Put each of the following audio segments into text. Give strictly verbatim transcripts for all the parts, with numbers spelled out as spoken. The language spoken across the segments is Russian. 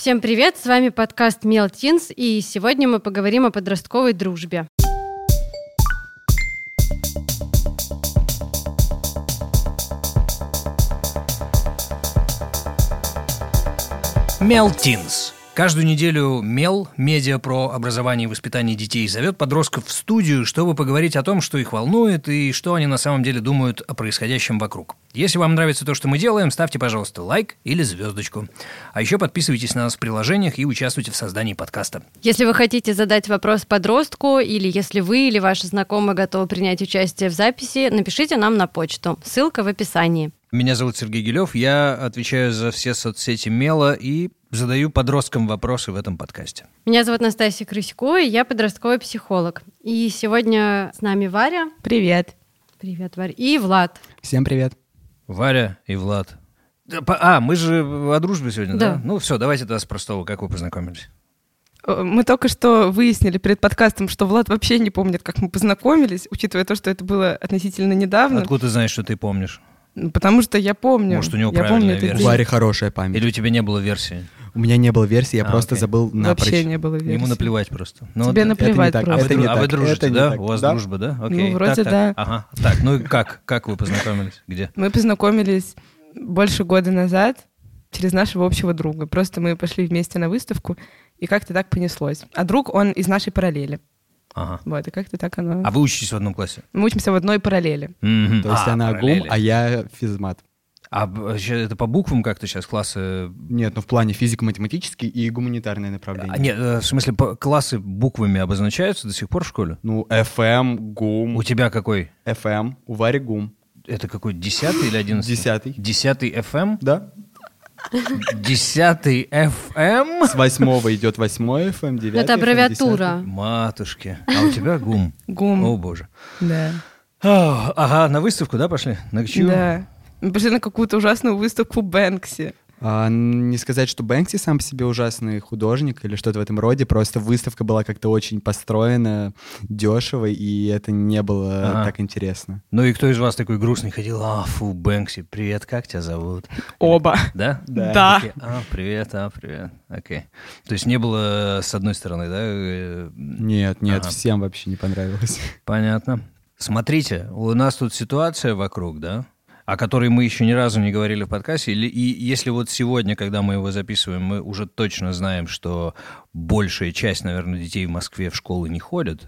Всем привет, с вами подкаст Мел Тинс, и сегодня мы поговорим о подростковой дружбе. Мел Тинс. Каждую неделю Мел, медиа про образование и воспитание детей, зовет подростков в студию, чтобы поговорить о том, что их волнует и что они на самом деле думают о происходящем вокруг. Если вам нравится то, что мы делаем, ставьте, пожалуйста, лайк или звездочку. А еще подписывайтесь на нас в приложениях и участвуйте в создании подкаста. Если вы хотите задать вопрос подростку, или если вы или ваши знакомые готовы принять участие в записи, напишите нам на почту. Ссылка в описании. Меня зовут Сергей Гилев, я отвечаю за все соцсети Мела и задаю подросткам вопросы в этом подкасте. Меня зовут Настасья Крысько, и я подростковый психолог. И сегодня с нами Варя. Привет. Привет, Варя. И Влад. Всем привет. Варя и Влад. А, мы же о дружбе сегодня, да? Да. Ну все, давайте тогда с простого. Как вы познакомились? Мы только что выяснили перед подкастом, что Влад вообще не помнит, как мы познакомились, учитывая то, что это было относительно недавно. Откуда ты знаешь, что ты помнишь? Потому что я помню. Может, у него я правильная помню этот версия. У день. Вари хорошая память. Или у тебя не было версии? У меня не было версии, я А, просто окей. забыл напрочь. Вообще не было версии. Ему наплевать просто. Ну, Тебе вот- наплевать это не так. А вы, просто. Это дру- не а вы так, дружите, это не да? так. У вас Да. дружба, да? Окей. Ну, вроде Так, так. да. Ага. Так, ну и как? Как вы познакомились? Где? Мы познакомились больше года назад через нашего общего друга. Просто мы пошли вместе на выставку, и как-то так понеслось. А друг, он из нашей параллели. Ага. Вот, и как-то так оно... А вы учитесь в одном классе? Мы учимся в одной параллели. Мгм. То есть А, она параллели. гум, а я физмат. А б- ща это по буквам как-то сейчас классы... Нет, ну в плане физико-математический и гуманитарное направление. А, нет, э, в смысле, по- классы буквами обозначаются до сих пор в школе? Ну, эф эм, гум, У тебя какой? эф эм, у Вари гум. Это какой, десятый или одиннадцатый? Десятый. Десятый эф эм? Да? Десятый эф эм? С восьмого идет восьмой эф эм, девятый Это эф эм, аббревиатура. Матушки. А у тебя гум? Гум. О, боже. Да. А, Ага, на выставку, да, пошли? На чью? Да. Мы пошли на какую-то ужасную выставку Бэнкси. А, не сказать, что Бэнкси сам по себе ужасный художник или что-то в этом роде, просто выставка была как-то очень построена, дешево, и это не было Ага. так интересно. Ну и кто из вас такой грустный ходил? А, фу, Бэнкси, привет, как тебя зовут? Оба. Да? Да. Такие, а, привет, а, привет. Окей. То есть не было с одной стороны, да? э, Нет, нет, Ага. всем вообще не понравилось. Понятно. Смотрите, у нас тут ситуация вокруг, да, о которой мы еще ни разу не говорили в подкасте. Или- И если вот сегодня, когда мы его записываем, мы уже точно знаем, что большая часть, наверное, детей в Москве в школы не ходят,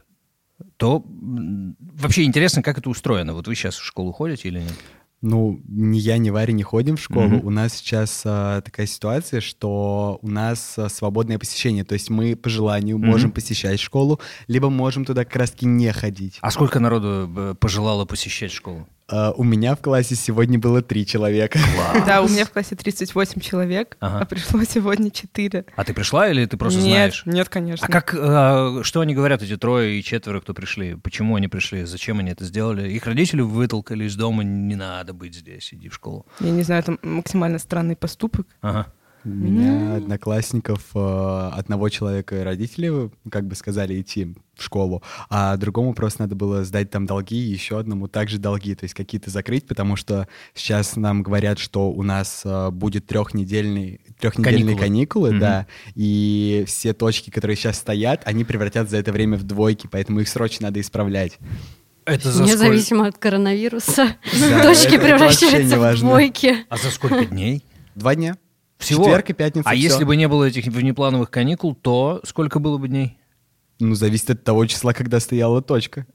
то м, вообще интересно, как это устроено. Вот вы сейчас в школу ходите или нет? Ну, ни я, ни Варя не ходим в школу. Мгм. У нас сейчас а, такая ситуация, что у нас а, свободное посещение. То есть мы по желанию Мгм. можем посещать школу, либо можем туда как раз-таки не ходить. А сколько народу э, пожелало посещать школу? А, у меня в классе сегодня было три человека. Да, у меня в классе тридцать восемь человек, Ага. а пришло сегодня четыре. А ты пришла или ты просто нет, знаешь? нет, конечно. А как, э, что они говорят, эти трое и четверо, кто пришли? Почему они пришли? Зачем они это сделали? Их родители вытолкали из дома, не надо быть здесь, иди в школу. Я не знаю, это максимально странный поступок. Ага. У меня одноклассников, э, одного человека родители как бы сказали идти в школу, а другому просто надо было сдать там долги, и еще одному также долги, то есть какие-то закрыть, потому что сейчас нам говорят, что у нас э, будет трехнедельный, трехнедельные Каникулы. каникулы, Мгм. да, и все точки, которые сейчас стоят, они превратятся за это время в двойки, поэтому их срочно надо исправлять. Это за сколько? Независимо от коронавируса, Да, точки это- это вообще превращаются не в важно. двойки. А за сколько дней? Два дня. Всего? Четверг и пятница. А всё. если бы не было этих внеплановых каникул, то сколько было бы дней? Ну, зависит от того числа, когда стояла точка.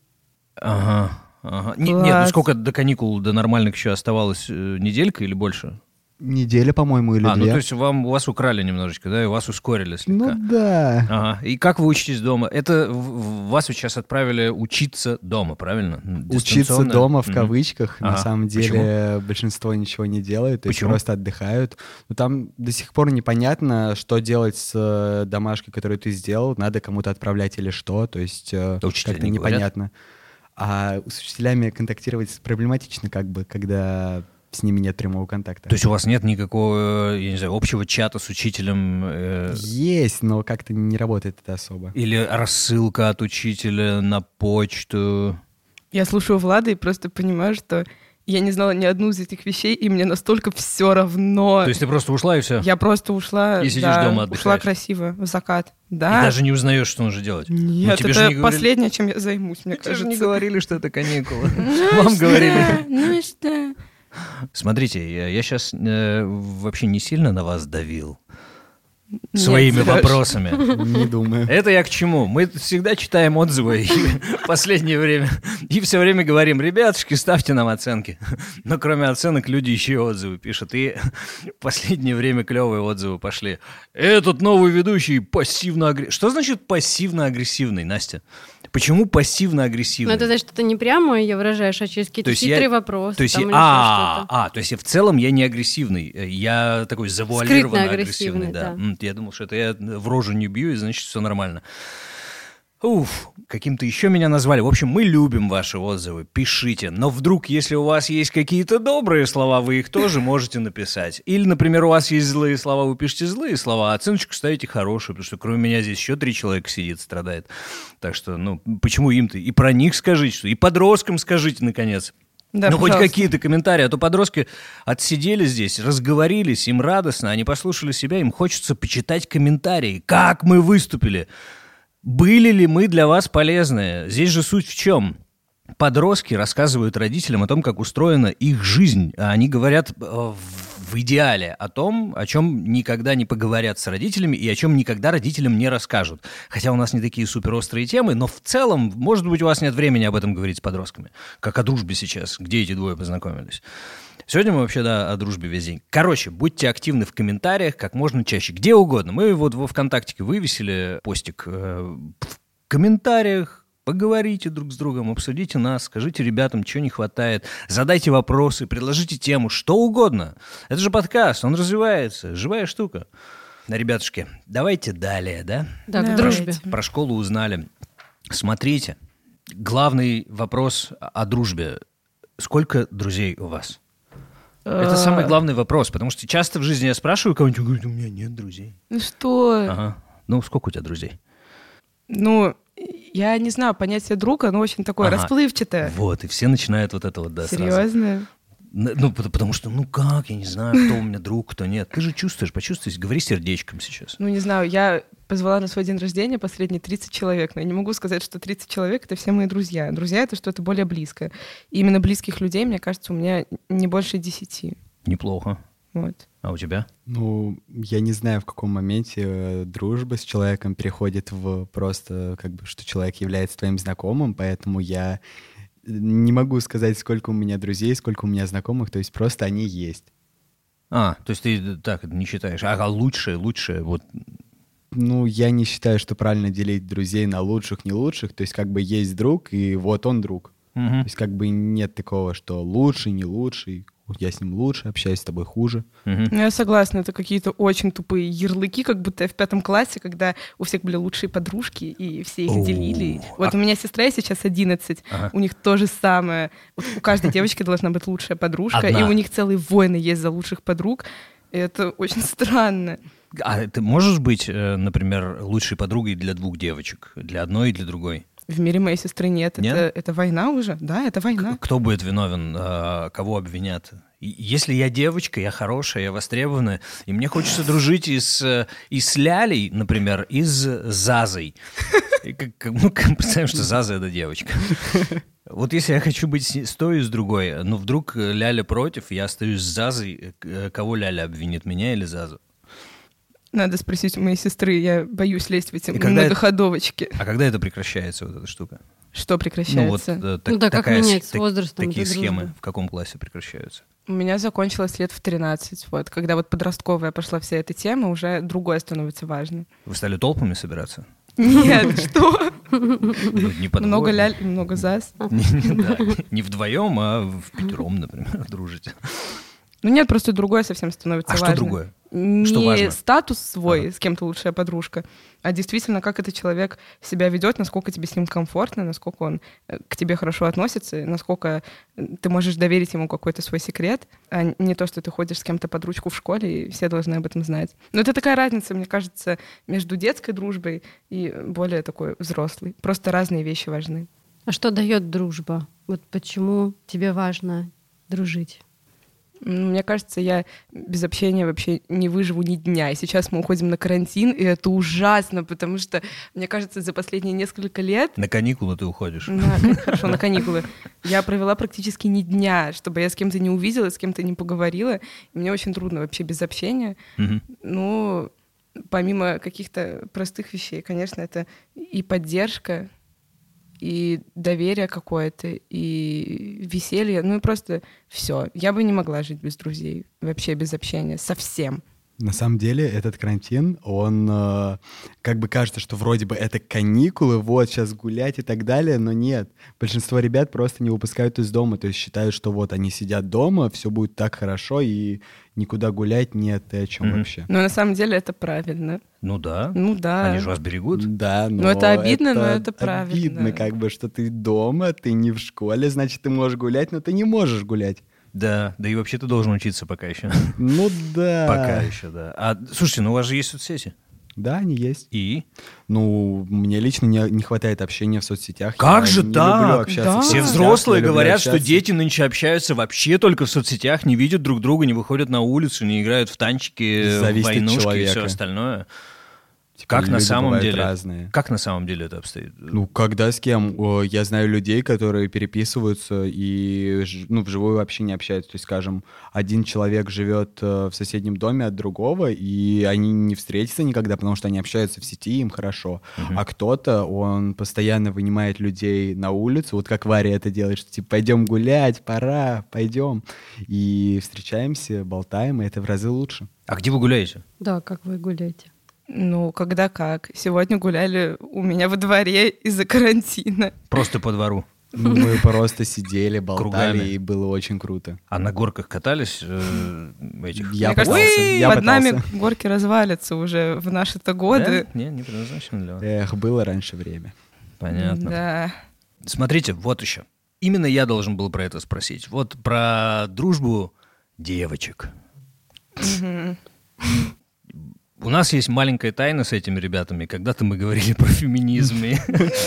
Ага. ага. Не- нет, ну Класс. сколько до каникул, до нормальных еще оставалось? э, Неделька или больше? Неделя, по-моему, или а, ну две. то есть вам, вас украли немножечко, да, и вас ускорили слегка. Ну да. Ага. И как вы учитесь дома? Это в- в- вас сейчас отправили учиться дома, правильно? Учиться Дистанционно? дома в Мгм. кавычках. На Ага. самом деле большинство ничего не делает, то есть Почему? просто отдыхают. Но там до сих пор непонятно, что делать с э, домашкой, которую ты сделал. Надо кому-то отправлять или что. То есть э, Да учителя как-то не говорят? непонятно. А с учителями контактировать проблематично, как бы, когда с ними нет прямого контакта. То есть у вас нет никакого, я не знаю, общего чата с учителем? э, Есть, но как-то не работает это особо. Или рассылка от учителя на почту? Я слушаю Влада и просто понимаю, что Я не знала ни одну из этих вещей, и мне настолько все равно. То есть ты просто ушла и все? Я просто ушла, И сидишь да, дома, отдыхаешь? ушла красиво в закат. Да. И даже не узнаешь, что нужно делать? Нет, тебе это же не говорили- последнее, чем я займусь, мне Тебе кажется. же не говорили, что это каникулы. Вам говорили. Ну что? Смотрите, я, я сейчас э, вообще не сильно на вас давил Нет, своими Серёж. вопросами. Не думаю. Это я к чему? Мы всегда читаем отзывы и в последнее время и все время говорим: ребятушки, ставьте нам оценки. Но кроме оценок люди еще и отзывы пишут. И в последнее время клевые отзывы пошли. Этот новый ведущий пассивно-агрессивный. Что значит пассивно-агрессивный, Настя? Почему Ну, пассивно-агрессивный? это значит, что ты не прямо ее выражаешь, а через То какие-то есть я- хитрые вопросы. То есть, там, я- или еще а, что-то. а, то есть я в целом я не агрессивный, я такой завуалированно Скрытно-агрессивный, агрессивный, да. да. М, Я думал, что это я в рожу не бью, и значит все нормально. Уф, каким-то еще меня назвали. В общем, мы любим ваши отзывы, пишите. Но вдруг, если у вас есть какие-то добрые слова, вы их тоже можете написать. Или, например, у вас есть злые слова, вы пишете злые слова, а оценочку ставите хорошую, потому что кроме меня здесь еще три человека сидит, страдает. Так что, ну, почему им-то? И про них скажите, что и подросткам скажите, наконец. Да, ну, хоть пожалуйста. какие-то комментарии, а то подростки отсидели здесь, разговорились, им радостно, они послушали себя, им хочется почитать комментарии. Как мы выступили? Были ли мы для вас полезны? Здесь же суть в чем? Подростки рассказывают родителям о том, как устроена их жизнь. А они говорят э, в идеале о том, о чем никогда не поговорят с родителями и о чем никогда родителям не расскажут. Хотя у нас не такие суперострые темы, но в целом, может быть, у вас нет времени об этом говорить с подростками. Как о дружбе сейчас, где эти двое познакомились. Сегодня мы вообще, да, о дружбе весь день. Короче, будьте активны в комментариях как можно чаще, где угодно. Мы вот во ВКонтактике вывесили постик. э, В комментариях поговорите друг с другом, обсудите нас, скажите ребятам, чего не хватает, задайте вопросы, предложите тему, что угодно. Это же подкаст, он развивается, живая штука. Ребятушки, давайте далее, да? Да, к Давайте. дружбе. Про школу узнали. Смотрите, главный вопрос о дружбе. Сколько друзей у вас? Это самый главный вопрос, потому что часто в жизни я спрашиваю кого-нибудь, он говорит, у меня нет друзей. Ну что? Ага. Ну, сколько у тебя друзей? Ну, я не знаю, понятие друга, оно очень такое Ага. расплывчатое. Вот, и все начинают вот это вот, да, сразу. Серьезно? Н- Ну, пот- потому что, ну как, я не знаю, кто у меня друг, кто нет. Ты же чувствуешь, почувствуй, говори сердечком сейчас. Ну, не знаю, я позвала на свой день рождения последние тридцать человек, но я не могу сказать, что тридцать человек — это все мои друзья. Друзья — это что-то более близкое. И именно близких людей, мне кажется, у меня не больше десяти. Неплохо. Вот. А у тебя? Ну, я не знаю, в каком моменте э, дружба с человеком переходит в просто, как бы, что человек является твоим знакомым, поэтому я не могу сказать, сколько у меня друзей, сколько у меня знакомых, то есть просто они есть. А, то есть ты так не считаешь. А лучшее, лучшее, вот. Ну, я не считаю, что правильно делить друзей на лучших, не лучших, то есть как бы есть друг, и вот он друг. Мгм. То есть как бы нет такого, что лучший, не лучший, вот я с ним лучше, общаюсь с тобой хуже. Мгм. Ну, я согласна, это какие-то очень тупые ярлыки, как будто я в пятом классе, когда у всех были лучшие подружки, и все их Оу. делили. Вот у меня сестра ей сейчас одиннадцать, Ага. у них то же самое. Вот у каждой девочки должна быть лучшая подружка, Одна. и у них целые войны есть за лучших подруг. И это очень странно. А ты можешь быть, э, например, лучшей подругой для двух девочек? Для одной и для другой? В мире моей сестры нет. Нет? Это, это война уже. Да, это война. Кто будет виновен, э, кого обвинят? И если я девочка, я хорошая, я востребованная, и мне хочется дружить и с, э, и с Лялей, например, и с Зазой. И как- как- ну, как представим, что Заза — это девочка. Вот если я хочу быть с, с той и с другой, но вдруг э, Ляля против, я остаюсь с Зазой, э, кого Ляля обвинит, меня или Зазу? Надо спросить у моей сестры. Я боюсь лезть в эти И когда это- многоходовочки. А когда это прекращается, вот эта штука? Что Ну вот прекращается? э, так- Ну да, как такая с- менять с так- возрастом такие эту схемы дружбу? в каком классе прекращаются? У меня закончилось лет в тринадцать. Вот, когда вот подростковая пошла вся эта тема, уже другое становится важно. Вы стали толпами собираться? Нет, что? Ну, не по Много двое. ляль и много заз. Не, не, да, не вдвоем, а в пятером, например, дружите. Ну нет, просто другое совсем становится А важно. что другое? Не Что важно? статус свой, Ага. с кем ты лучшая подружка, а действительно, как этот человек себя ведет, насколько тебе с ним комфортно, насколько он э, к тебе хорошо относится, насколько э, ты можешь доверить ему какой-то свой секрет, а не то, что ты ходишь с кем-то под ручку в школе, и все должны об этом знать. Но это такая разница, мне кажется, между детской дружбой и более такой взрослой. Просто разные вещи важны. А что дает дружба? Вот почему тебе важно дружить? Мне кажется, я без общения вообще не выживу ни дня. И сейчас мы уходим на карантин, и это ужасно, потому что, мне кажется, за последние несколько лет... На каникулы ты уходишь. На, хорошо, на каникулы. Я провела практически ни дня, чтобы я с кем-то не увиделась, с кем-то не поговорила. И мне очень трудно вообще без общения. Угу. Ну, помимо каких-то простых вещей, конечно, это и поддержка, и доверие какое-то, и веселье, ну и просто все. Я бы не могла жить без друзей, вообще без общения, совсем. На самом деле этот карантин, он э, как бы кажется, что вроде бы это каникулы, вот сейчас гулять и так далее, но нет. Большинство ребят просто не выпускают из дома, то есть считают, что вот они сидят дома, все будет так хорошо, и никуда гулять нет, и о чем Мгм. вообще. Но на самом деле это правильно. Ну да. Ну да. Они же вас берегут. Да, но Ну, это обидно, но это правильно. Обидно, как бы, что ты дома, ты не в школе, значит, ты можешь гулять, но ты не можешь гулять. Да, да и вообще ты должен учиться пока еще. Ну да. Пока еще, да. А слушайте, ну у вас же есть соцсети. Да, они есть. И? Ну, мне лично не, не хватает общения в соцсетях. Как Я же не так? люблю общаться Да. в Все соцсетях, взрослые я люблю говорят, что общаться. дети нынче общаются вообще только в соцсетях, не видят друг друга, не выходят на улицу, не играют в танчики, в Зависит от войнушки и человека. все остальное. Типа, Как на люди самом бывают деле? разные. Как на самом деле это обстоит? Ну, когда с кем? О, Я знаю людей, которые переписываются и ж- ну, вживую вообще не общаются. То есть, скажем, один человек живет э, в соседнем доме от другого, и они не встретятся никогда, потому что они общаются в сети, им хорошо. Мгм. А кто-то, он постоянно вынимает людей на улицу, вот как Варя это делает, что типа пойдем гулять, пора, пойдем. И встречаемся, болтаем, и это в разы лучше. А где вы гуляете? Да, как вы гуляете? Ну, когда как. Сегодня гуляли у меня во дворе из-за карантина. Просто по двору. Мы просто сидели, болтали, Кругами. и было очень круто. А на горках катались э, этих? Я Мне кажется, пытался, я под пытался. нами горки развалятся уже в наши-то годы. Да? Не, не предназначено для вас. Эх, было раньше время. Понятно. Да. Смотрите, вот еще. Именно я должен был про это спросить. Вот про дружбу девочек. Мгм. У нас есть маленькая тайна с этими ребятами. Когда-то мы говорили про феминизм. и-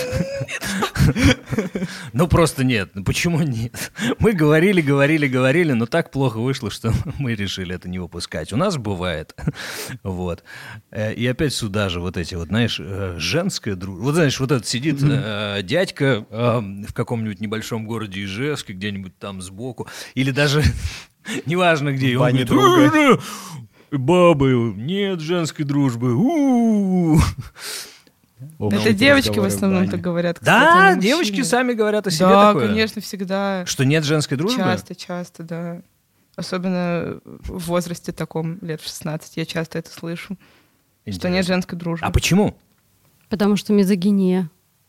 Ну просто нет. Ну почему нет? Мы говорили, говорили, говорили, но так плохо вышло, что мы решили это не выпускать. У нас бывает. Вот. Э, И опять сюда же вот эти вот, знаешь, э, женская дружба. Вот знаешь, вот этот сидит э, дядька э, в каком-нибудь небольшом городе Ижевске, где-нибудь там сбоку. Или даже неважно где. и он бане говорит, друга. «Э, бабы, нет женской дружбы. У-у-у». Общие Это девочки в разговоры в основном бане. так говорят. кстати, Да, а не девочки мужчины. сами говорят о себе Да, такое. конечно, всегда. Что нет женской дружбы? Часто, часто, да. Особенно в возрасте таком, лет в шестнадцать, я часто это слышу. Что нет Интересно. женской дружбы. А почему? Потому что мизогиния.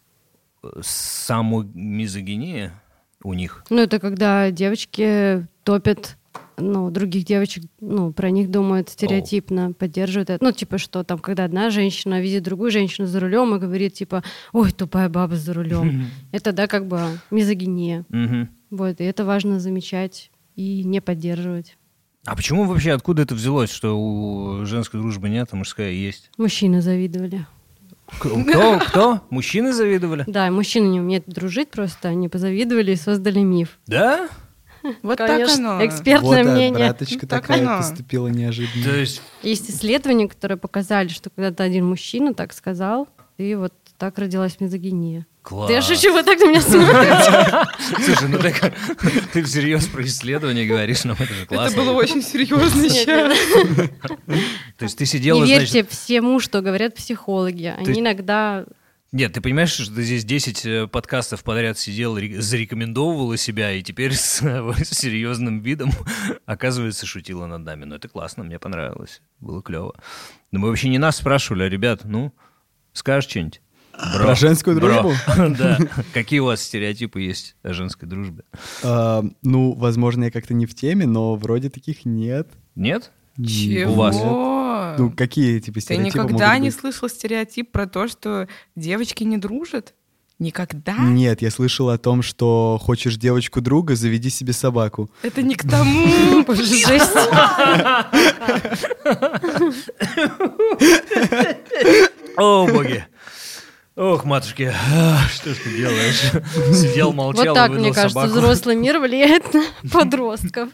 Самомизогиния у них. Ну, это когда девочки топят, ну, других девочек, ну, про них думают стереотипно, поддерживают это. Ну, типа, что там, когда одна женщина видит другую женщину за рулем и говорит, типа, ой, тупая баба за рулем. Это, да, как бы мизогиния. Мгм. Вот, и это важно замечать и не поддерживать. А почему вообще, откуда это взялось, что у женской дружбы нет, а мужская есть? Мужчины завидовали. К- Кто? Кто? Мужчины завидовали? Да, мужчины не умеют дружить просто, они позавидовали и создали миф. Да? Вот Конечно, так оно. экспертное Вот, а мнение. браточка Так такая оно. поступила неожиданно. То есть... Есть исследования, которые показали, что когда-то один мужчина так сказал, и вот так родилась мизогиния. Класс. Да я шучу, вы так на меня смотрите. Слушай, ну так ты всерьез про исследование говоришь, нам это же классно. Это было очень серьезно Нет, сейчас. То есть ты сидела, Не значит... верьте всему, что говорят психологи. Они есть- иногда... Нет, ты понимаешь, что ты здесь десять э, подкастов подряд сидел, ре- зарекомендовывала себя, и теперь с, э, с серьезным видом, оказывается, шутила над нами. Ну, это классно, мне понравилось, было клево. Но мы вообще не нас спрашивали, а ребят, ну, скажешь что-нибудь? Бро, Про женскую бро. дружбу? Да. Какие у вас стереотипы есть о женской дружбе? А, ну, возможно, я как-то не в теме, но вроде таких нет. Нет? Чего? У вас? Ну, какие типа Ты стереотипы никогда могут не быть? слышал стереотип про то, что девочки не дружат? Никогда? Нет, я слышал о том, что хочешь девочку друга, заведи себе собаку. Это не к тому. Боже, жесть. О, боги! Ох, к матушке. Что ж ты делаешь? Сидел, молчал, Вот так, выдал мне кажется, собаку. взрослый мир влияет на подростков.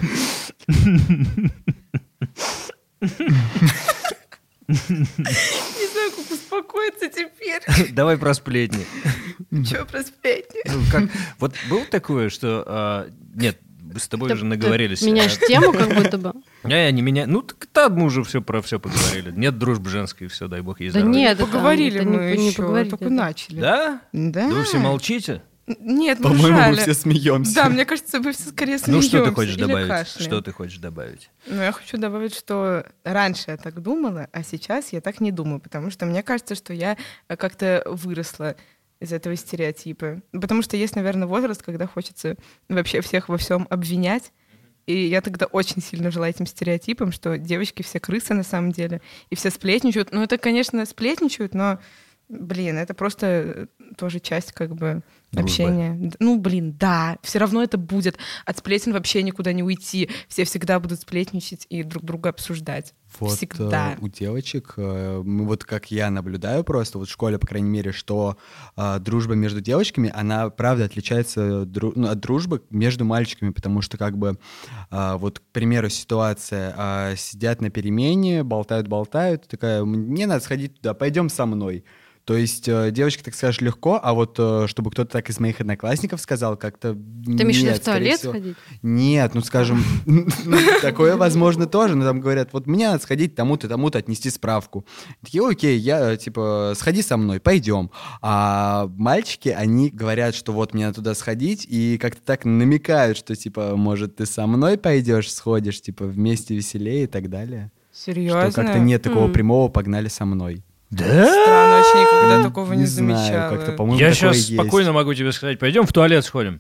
Не знаю, как успокоиться теперь. Давай про сплетни. Чё про сплетни? Ну, как, вот было такое, что... а, нет, мы с тобой Ты- уже ты наговорились. Меняешь тему как будто бы. Не, не меня. Ну, так там мы уже все про все поговорили. Нет дружбы женской, все, дай бог ей Да здоровья. нет, это- Поговорили это мы не- не еще, поговорили, только это- начали. Да? Да. Да вы все молчите? Нет, мы По-моему, мы ржали. все смеемся. Да, мне кажется, мы все скорее Ну, смеемся. что ты хочешь или добавить? кашляем. Что ты хочешь добавить? Ну, я хочу добавить, что раньше я так думала, а сейчас я так не думаю, потому что мне кажется, что я э, как-то выросла из этого стереотипа. Потому что есть, наверное, возраст, когда хочется вообще всех во всем обвинять. И я тогда очень сильно жила этим стереотипом, что девочки все крысы на самом деле, и все сплетничают. Ну, это, конечно, сплетничают, но, блин, это просто тоже часть как бы Дружбы. общения. Д- Ну, блин, да, все равно это будет. От сплетен вообще никуда не уйти. Все всегда будут сплетничать и друг друга обсуждать. Вот Всегда. э, у девочек, э, ну, вот как я наблюдаю просто, вот в школе, по крайней мере, что э, дружба между девочками, она, правда, отличается дру- ну, от дружбы между мальчиками, потому что, как бы, э, вот, к примеру, ситуация, э, сидят на перемене, болтают-болтают, такая, мне надо сходить туда, пойдем со мной. То есть э, девочки, так скажешь, легко, а вот э, чтобы кто-то так из моих одноклассников сказал, как-то Ты имеешь в виду нет, в скорее туалет всего. сходить? Нет, ну, скажем, такое возможно тоже, но там говорят, вот мне надо сходить тому-то, тому-то, отнести справку. Такие, окей, я, типа, сходи со мной, пойдем. А мальчики, они говорят, что вот мне надо туда сходить, и как-то так намекают, что, типа, может, ты со мной пойдешь, сходишь, типа, вместе веселее и так далее. Серьезно? Что как-то нет такого М. прямого «погнали со мной». Да? Странно, вообще никогда Ну, такого не, знаю, замечала. как-то, по-моему, Я такое сейчас есть. спокойно могу тебе сказать, пойдем в туалет сходим.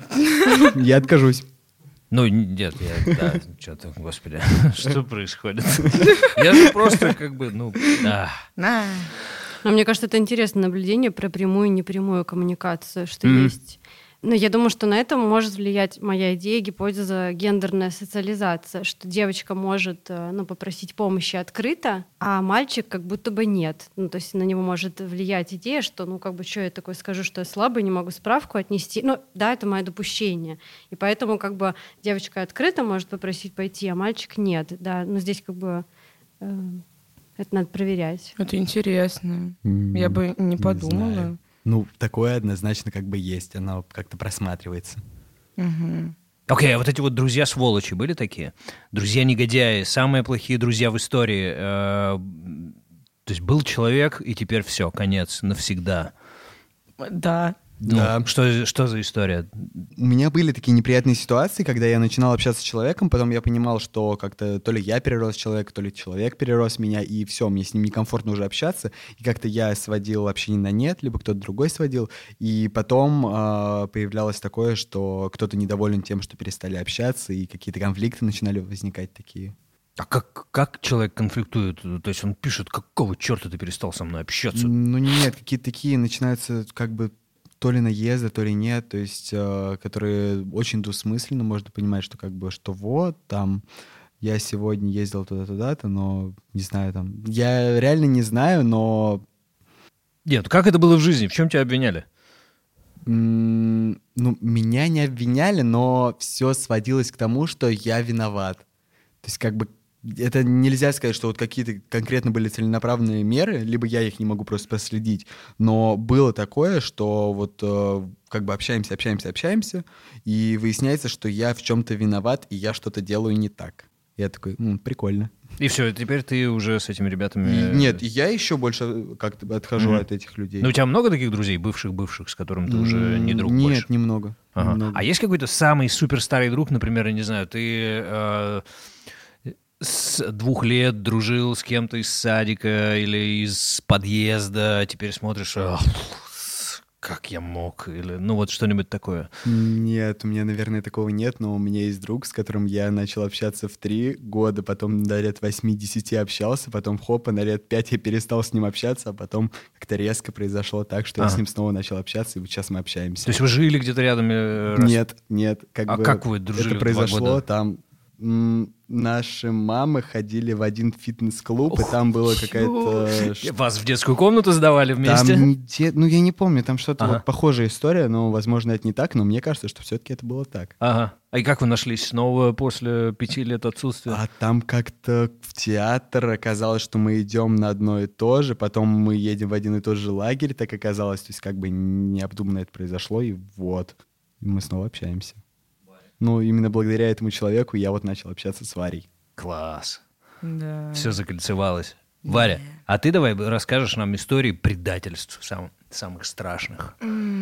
Я откажусь. Ну, нет, я, да, что-то, господи, что происходит? Я же просто как бы, ну, да. На. Но мне кажется, это интересное наблюдение про прямую и непрямую коммуникацию, что Мгм. есть. Но я думаю, что на это может влиять моя идея, гипотеза гендерная социализация, что девочка может э, ну, попросить помощи открыто, а мальчик как будто бы нет. Ну, то есть на него может влиять идея, что, ну, как бы, что я такое скажу, что я слабый, не могу справку отнести. Ну, да, это мое допущение. И поэтому, как бы, девочка открыто может попросить пойти, а мальчик нет. Да, но здесь, как бы, э, это надо проверять. Это интересно. М, Я бы не не подумала. знаю. Ну, такое однозначно как бы есть, оно как-то просматривается. Мгм. Окей, а вот эти вот друзья-сволочи были такие? Друзья-негодяи, самые плохие друзья в истории. э, То есть был человек, и теперь все, конец, навсегда. Да. Ну, Да. Что, что за история? У меня были такие неприятные ситуации, когда я начинал общаться с человеком, потом я понимал, что как-то то ли я перерос человека, то ли человек перерос меня, и все, мне с ним некомфортно уже общаться, и как-то я сводил общение на нет, либо кто-то другой сводил, и потом э, появлялось такое, что кто-то недоволен тем, что перестали общаться, и какие-то конфликты начинали возникать такие. А как, как человек конфликтует? То есть он пишет, какого черта ты перестал со мной общаться? Ну нет, какие-то такие начинаются как бы то ли наезды, то ли нет, то есть, э, которые очень двусмысленно, можно понимать, что как бы, что вот, там, я сегодня ездил туда-туда-то, но не знаю, там, я реально не знаю, но, Нет, как это было в жизни? В чем тебя обвиняли? м, ну, меня не обвиняли, но все сводилось к тому, что я виноват. То есть, как бы, это нельзя сказать, что вот какие-то конкретно были целенаправленные меры, либо я их не могу просто проследить, но было такое, что вот э, как бы общаемся, общаемся, общаемся, и выясняется, что я в чем-то виноват, и я что-то делаю не так. Я такой, «М, прикольно». И все, теперь ты уже с этими ребятами... И нет, и я еще больше как-то отхожу Мгм. от этих людей. Ну, у тебя много таких друзей, бывших-бывших, с которыми ты уже М, не друг Нет, больше? немного. Ага. немного. А есть какой-то самый супер старый друг, например, я не знаю, ты э, с двух лет дружил с кем-то из садика или из подъезда, а теперь смотришь, «Ах, как я мог, или ну вот что-нибудь такое. Нет, у меня, наверное, такого нет, но у меня есть друг, с которым я начал общаться в три года, потом до лет восьми-десяти общался, потом хопа, на лет пять я перестал с ним общаться, а потом как-то резко произошло так, что я Ага. с ним снова начал общаться, и вот сейчас мы общаемся. То есть вы жили где-то рядом? э, раз- Нет, нет, как А бы как вы дружили это два произошло года? там м, наши мамы ходили в один фитнес-клуб, и там была какая-то... ш- Вас в детскую комнату сдавали вместе? Там не де- ну, я не помню, там что-то Ага. вот похожая история, но, возможно, это не так, но мне кажется, что все-таки это было так. Ага. А и как вы нашлись снова после пяти лет отсутствия? А там как-то в театр оказалось, что мы идем на одно и то же, потом мы едем в один и тот же лагерь, так оказалось, то есть как бы необдуманно это произошло, и вот, и мы снова общаемся. Ну, именно благодаря этому человеку я вот начал общаться с Варей. Класс. Да. Все закольцевалось. Варя, а ты давай расскажешь нам истории предательств сам- самых страшных.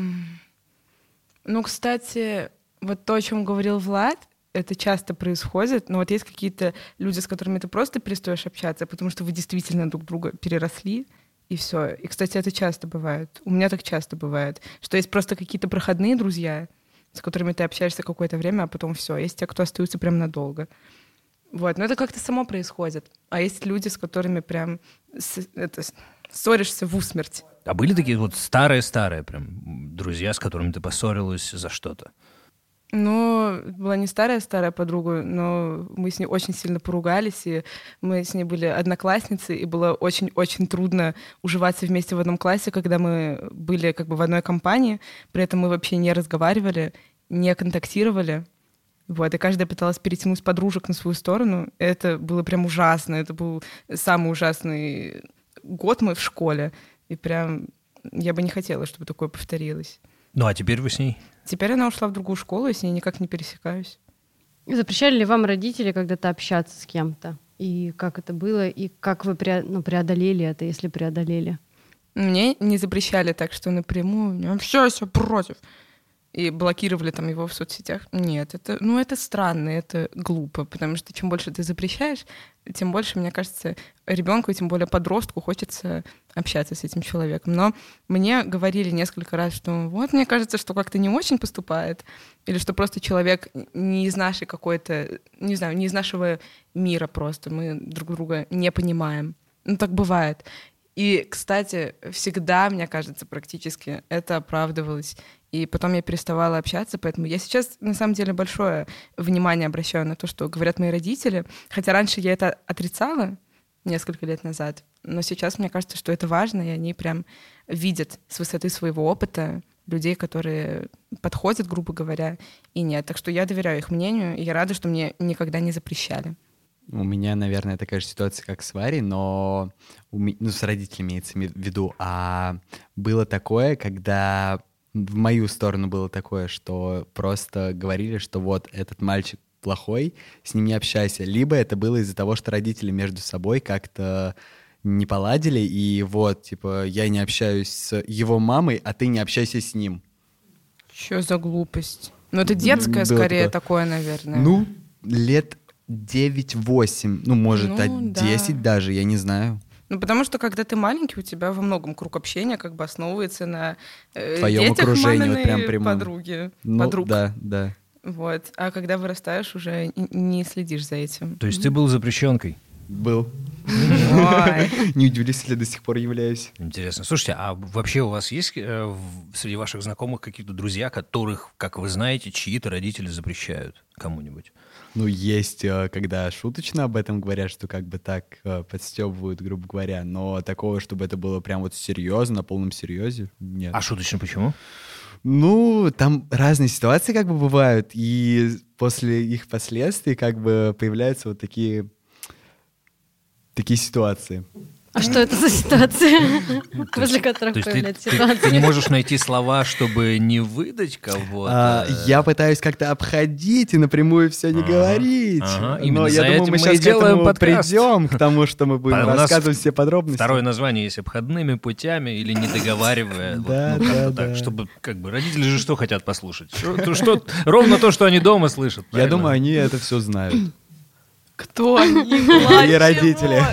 Ну, кстати, вот то, о чем говорил Влад, это часто происходит, но вот есть какие-то люди, с которыми ты просто перестаешь общаться, потому что вы действительно друг друга переросли, и все. И, кстати, это часто бывает. У меня так часто бывает, что есть просто какие-то проходные друзья, с которыми ты общаешься какое-то время, а потом все. Есть те, кто остаются прям надолго. Вот, но это как-то само происходит. А есть люди, с которыми прям с- это, ссоришься в усмерть. А были такие вот старые-старые прям друзья, с которыми ты поссорилась за что-то? Ну, была не старая-старая подруга, но мы с ней очень сильно поругались, и мы с ней были одноклассницы, и было очень-очень трудно уживаться вместе в одном классе, когда мы были как бы в одной компании, при этом мы вообще не разговаривали, не контактировали. Вот, и каждая пыталась перетянуть подружек на свою сторону. Это было прям ужасно. Это был самый ужасный год мой в школе. И прям я бы не хотела, чтобы такое повторилось. Ну, а теперь вы с ней? Теперь она ушла в другую школу, и с ней никак не пересекаюсь. Запрещали ли вам родители когда-то общаться с кем-то? И как это было? И как вы пре- ну, преодолели это, если преодолели? Мне не запрещали так, что напрямую не общайся против. И блокировали там его в соцсетях. Нет, это, ну, это странно, это глупо, потому что чем больше ты запрещаешь, тем больше, мне кажется, ребенку, и тем более подростку, хочется общаться с этим человеком. Но мне говорили несколько раз, что вот, мне кажется, что как-то не очень поступает, или что просто человек не из нашей какой-то, не знаю, не из нашего мира просто, мы друг друга не понимаем. Ну, так бывает. И, кстати, всегда, мне кажется, практически это оправдывалось. И потом я переставала общаться, поэтому я сейчас, на самом деле, большое внимание обращаю на то, что говорят мои родители. Хотя раньше я это отрицала несколько лет назад, но сейчас мне кажется, что это важно, и они прям видят с высоты своего опыта людей, которые подходят, грубо говоря, и нет. Так что я доверяю их мнению, и я рада, что мне никогда не запрещали. У меня, наверное, такая же ситуация, как с Варей, но у ме- ну, с родителями имеется в виду. А было такое, когда в мою сторону было такое, что просто говорили, что вот этот мальчик плохой, с ним не общайся. Либо это было из-за того, что родители между собой как-то не поладили, и вот, типа, я не общаюсь с его мамой, а ты не общайся с ним. Что за глупость? Ну, это детское, Было скорее, такое. такое, наверное. Ну, лет девять-восемь, ну, может, Ну, а да. десять даже, я не знаю. Ну, потому что, когда ты маленький, у тебя во многом круг общения как бы основывается на э, Твоем детях окружении, вот маминой прям прямом. подруги, Ну, подруг. да, да. Вот. А когда вырастаешь, уже н- не следишь за этим. То есть ты был запрещенкой? Был. Ой. Не удивлюсь, если до сих пор являюсь. Интересно. Слушайте, а вообще у вас есть э, в- среди ваших знакомых какие-то друзья, которых, как вы знаете, чьи-то родители запрещают кому-нибудь? Ну, есть, э, когда шуточно об этом говорят, что как бы так э, подстебывают, грубо говоря, но такого, чтобы это было прям вот серьезно, на полном серьезе, нет. А шуточно почему? Ну, там разные ситуации как бы бывают, и после их последствий как бы появляются вот такие, такие ситуации. А что это за ситуация, после которых То есть ты, появляется ты- ты ситуация? не можешь найти слова, чтобы не выдать кого-то? А, я пытаюсь как-то обходить и напрямую все не Ага, говорить. ага. Именно Но за я думаю, этим мы мы и сейчас к делаем этому подкаст. придем, к тому, что мы будем А у нас рассказывать все подробности. Второе название есть обходными путями или не договаривая. Вот, Да, ну, как-то да, так, да. чтобы как бы родители же что хотят послушать? Что, то, что- ровно то, что они дома слышат. Я правильно? думаю, они это все знают. Кто они? Мои родители.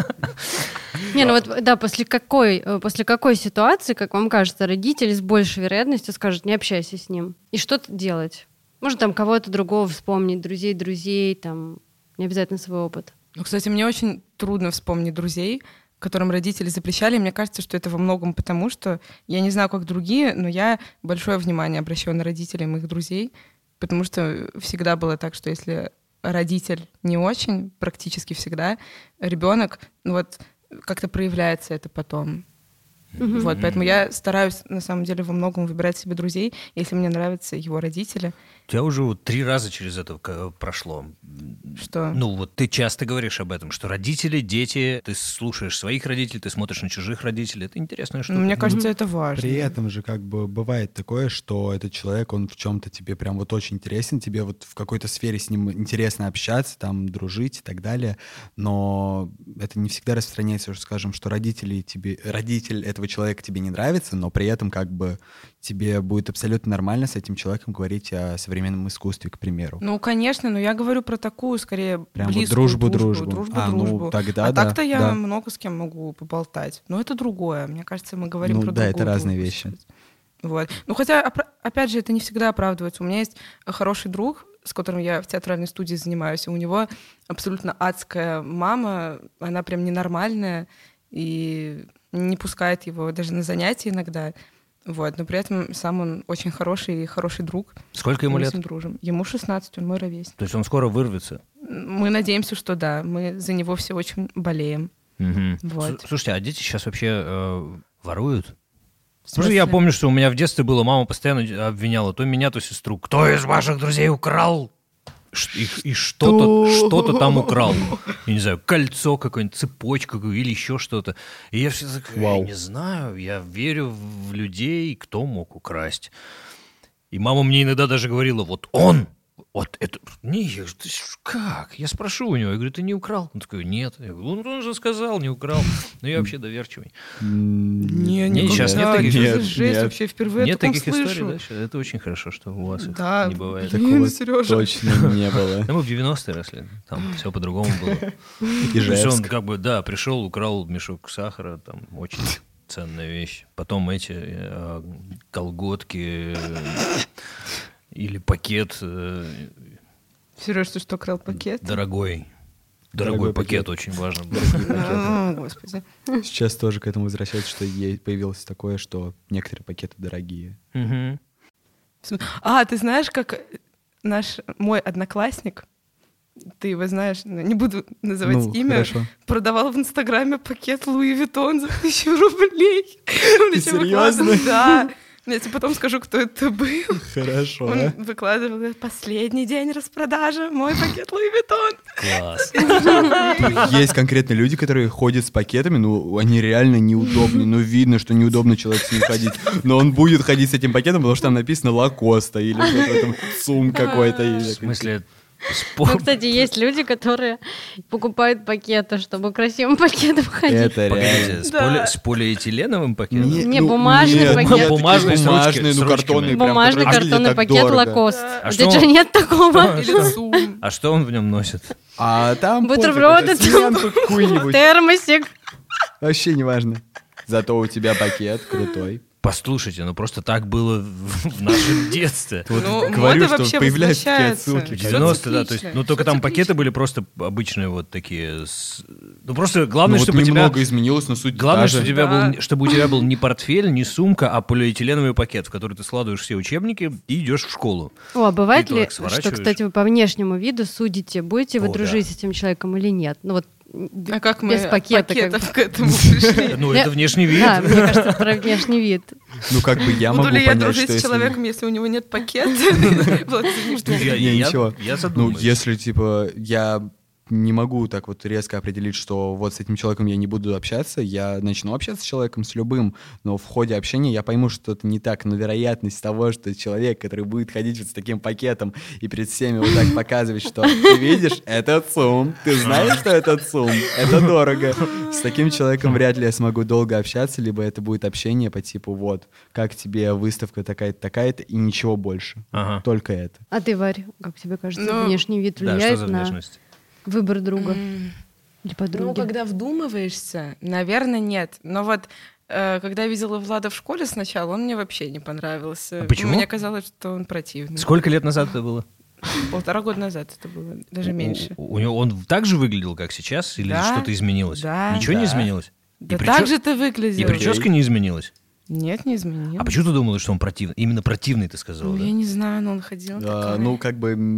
Не, ну вот, да, после какой, э, после какой ситуации, как вам кажется, родители с большей вероятностью скажут, не общайся с ним. И что делать? Может, там кого-то другого вспомнить, друзей, друзей, там, не обязательно свой опыт. Ну, кстати, мне очень трудно вспомнить друзей, которым родители запрещали. Мне кажется, что это во многом потому, что я не знаю, как другие, но я большое внимание обращаю на родителей моих друзей, потому что всегда было так, что если родитель не очень, практически всегда, ребенок, ну вот как-то проявляется это потом. Mm-hmm. Вот, поэтому я стараюсь, на самом деле, во многом выбирать себе друзей, если мне нравятся его родители. У тебя уже вот три раза через это прошло. Что? Ну, вот ты часто говоришь об этом, что родители, дети, ты слушаешь своих родителей, ты смотришь на чужих родителей. Это интересная штука. Ну, мне кажется, это важно. При этом же как бы бывает такое, что этот человек, он в чем-то тебе прям вот очень интересен, тебе вот в какой-то сфере с ним интересно общаться, там, дружить и так далее, но это не всегда распространяется, что, скажем, что родители тебе, родитель этого человека тебе не нравится, но при этом как бы тебе будет абсолютно нормально с этим человеком говорить о современном искусстве, к примеру. Ну, конечно, но я говорю про такую, скорее, прям близкую вот дружбу, дружбу. дружбу. дружбу, а, дружбу. ну, тогда а да. так-то я да. много с кем могу поболтать. Но это другое. Мне кажется, мы говорим ну, про да, другую это разные дружбу вещи. сейчас. Вот. Ну, хотя, опять же, это не всегда оправдывается. У меня есть хороший друг, с которым я в театральной студии занимаюсь, и у него абсолютно адская мама, она прям ненормальная, и не пускает его даже на занятия иногда. Вот, но при этом сам он очень хороший и хороший друг. Сколько ему мы лет? с ним дружим.Ему шестнадцать, он мой ровесник. То есть он скоро вырвется? Мы надеемся, что да. Мы за него все очень болеем. Угу. Вот. Слушайте, а дети сейчас вообще э, воруют? Слушай, я помню, что у меня в детстве было, мама постоянно обвиняла то меня, то сестру. Кто из ваших друзей украл? И, и что-то, что-то там украл. Я не знаю, кольцо какое-нибудь, цепочку или еще что-то. И я все такой, я не знаю, я верю в людей, кто мог украсть. И мама мне иногда даже говорила, вот он, вот это, не, я, ты, как? Я спрошу у него, я говорю, ты не украл? Он такой, нет. Я говорю, он, он же сказал, не украл. Но я вообще доверчивый. Не, не, сейчас нет таких нет, жесть, вообще впервые нет таком таких слышу. историй, да? Это очень хорошо, что у вас их да, не бывает. Такого Сережа. точно не было. Да мы в девяностые росли, там все по-другому было. И То есть он Ижевск. как бы, да, пришел, украл мешок сахара, там очень ценная вещь. Потом эти э, колготки э, или пакет э, Сереж, ты что, крал пакет? дорогой. Дорогой, Дорогой пакет, пакет. очень важно. А, Господи. Сейчас тоже к этому возвращается, что е- появилось такое, что некоторые пакеты дорогие. Мгм. А, ты знаешь, как наш мой одноклассник, ты его знаешь, но не буду называть Ну, имя, хорошо. продавал в Инстаграме пакет Луи Виттон за тысячу рублей. Он Ты ещё серьезно? выкладывал- Да. Я тебе потом скажу, кто это был. Хорошо. Он выкладывал последний день распродажи, мой пакет Луи Виттон. Класс. Есть конкретно люди, которые ходят с пакетами, ну, они реально неудобны, ну, видно, что неудобно человек с ним ходить, но он будет ходить с этим пакетом, потому что там написано «Лакоста» или что-то в этом, сум какой-то. или- В смысле, Ну, спор... кстати, есть люди, которые покупают пакеты, чтобы красивым пакетом ходить. Это реально. Погодите, с, Да. поли- с полиэтиленовым пакетом? Не, бумажный нет, пакет. нет, Бумажный с ручками, бумажный, с ну, ручками. картонный, прям, Бумажный который выглядит картонный так пакет дорого. Лакост. А У что тебя он- нет такого? Или сум. А что он в нем носит? А там Бутерброды, пофиг, это сменку какую-нибудь. Термосик. Вообще не важно. Зато у тебя пакет крутой. Послушайте, ну просто так было в в нашем детстве. Вот Ну, говорю, мода что вообще появляются такие возвращается. отсылки. В Всё девяностые, да, то есть, циклично, ну только всё там пакеты циклично. были просто обычные вот такие. с- Ну просто Ну, главное, вот чтобы у тебя немного изменилось, но суть главное, та чтобы у же. тебя Да. был, чтобы у тебя был не портфель, не сумка, а полиэтиленовый пакет, в который ты складываешь все учебники и идешь в школу. О, а бывает И ли, так что, сворачиваешь. кстати, вы по внешнему виду судите, будете вы О, дружить да. с этим человеком или нет? Ну вот б- А как мы без пакета. как пакетов бы. к этому пришли? Ну Я- это внешний вид. Да, мне кажется, про внешний вид. Ну, как бы я Буду могу ли я понять, дружить что с если... человеком, если у него нет пакета? Влад, извини, что Ну, я, Не, я- ничего. я Ну, задумаюсь. если, типа, я не могу так вот резко определить, что вот с этим человеком я не буду общаться, я начну общаться с человеком, с любым, но в ходе общения я пойму, что это не так, но вероятность того, что человек, который будет ходить вот с таким пакетом и перед всеми вот так показывать, что ты видишь, это ЦУМ, ты знаешь, что это ЦУМ, это дорого. С таким человеком вряд ли я смогу долго общаться, либо это будет общение по типу вот, как тебе выставка такая-то, такая-то, и ничего больше. Ага. Только это. А ты, Варь, как тебе кажется, Ну, внешний вид Да, что влияет за на внешность? выбор друга М. или подруги? Ну, когда вдумываешься, наверное, нет. Но вот э, когда я видела Влада в школе сначала, он мне вообще не понравился. А почему? Мне казалось, что он противный. Сколько лет назад это было? Полтора года назад это было, даже меньше. У, у него он так же выглядел, как сейчас, или Да, что-то изменилось? да. Ничего не Да. изменилось? Да и так причес- же ты И выглядел. прическа не изменилась? Нет, не изменил. А почему ты думала, что он противный? Именно противный, ты сказала, Ну, да? я не знаю, но он ходил А, такой. ну, как бы м,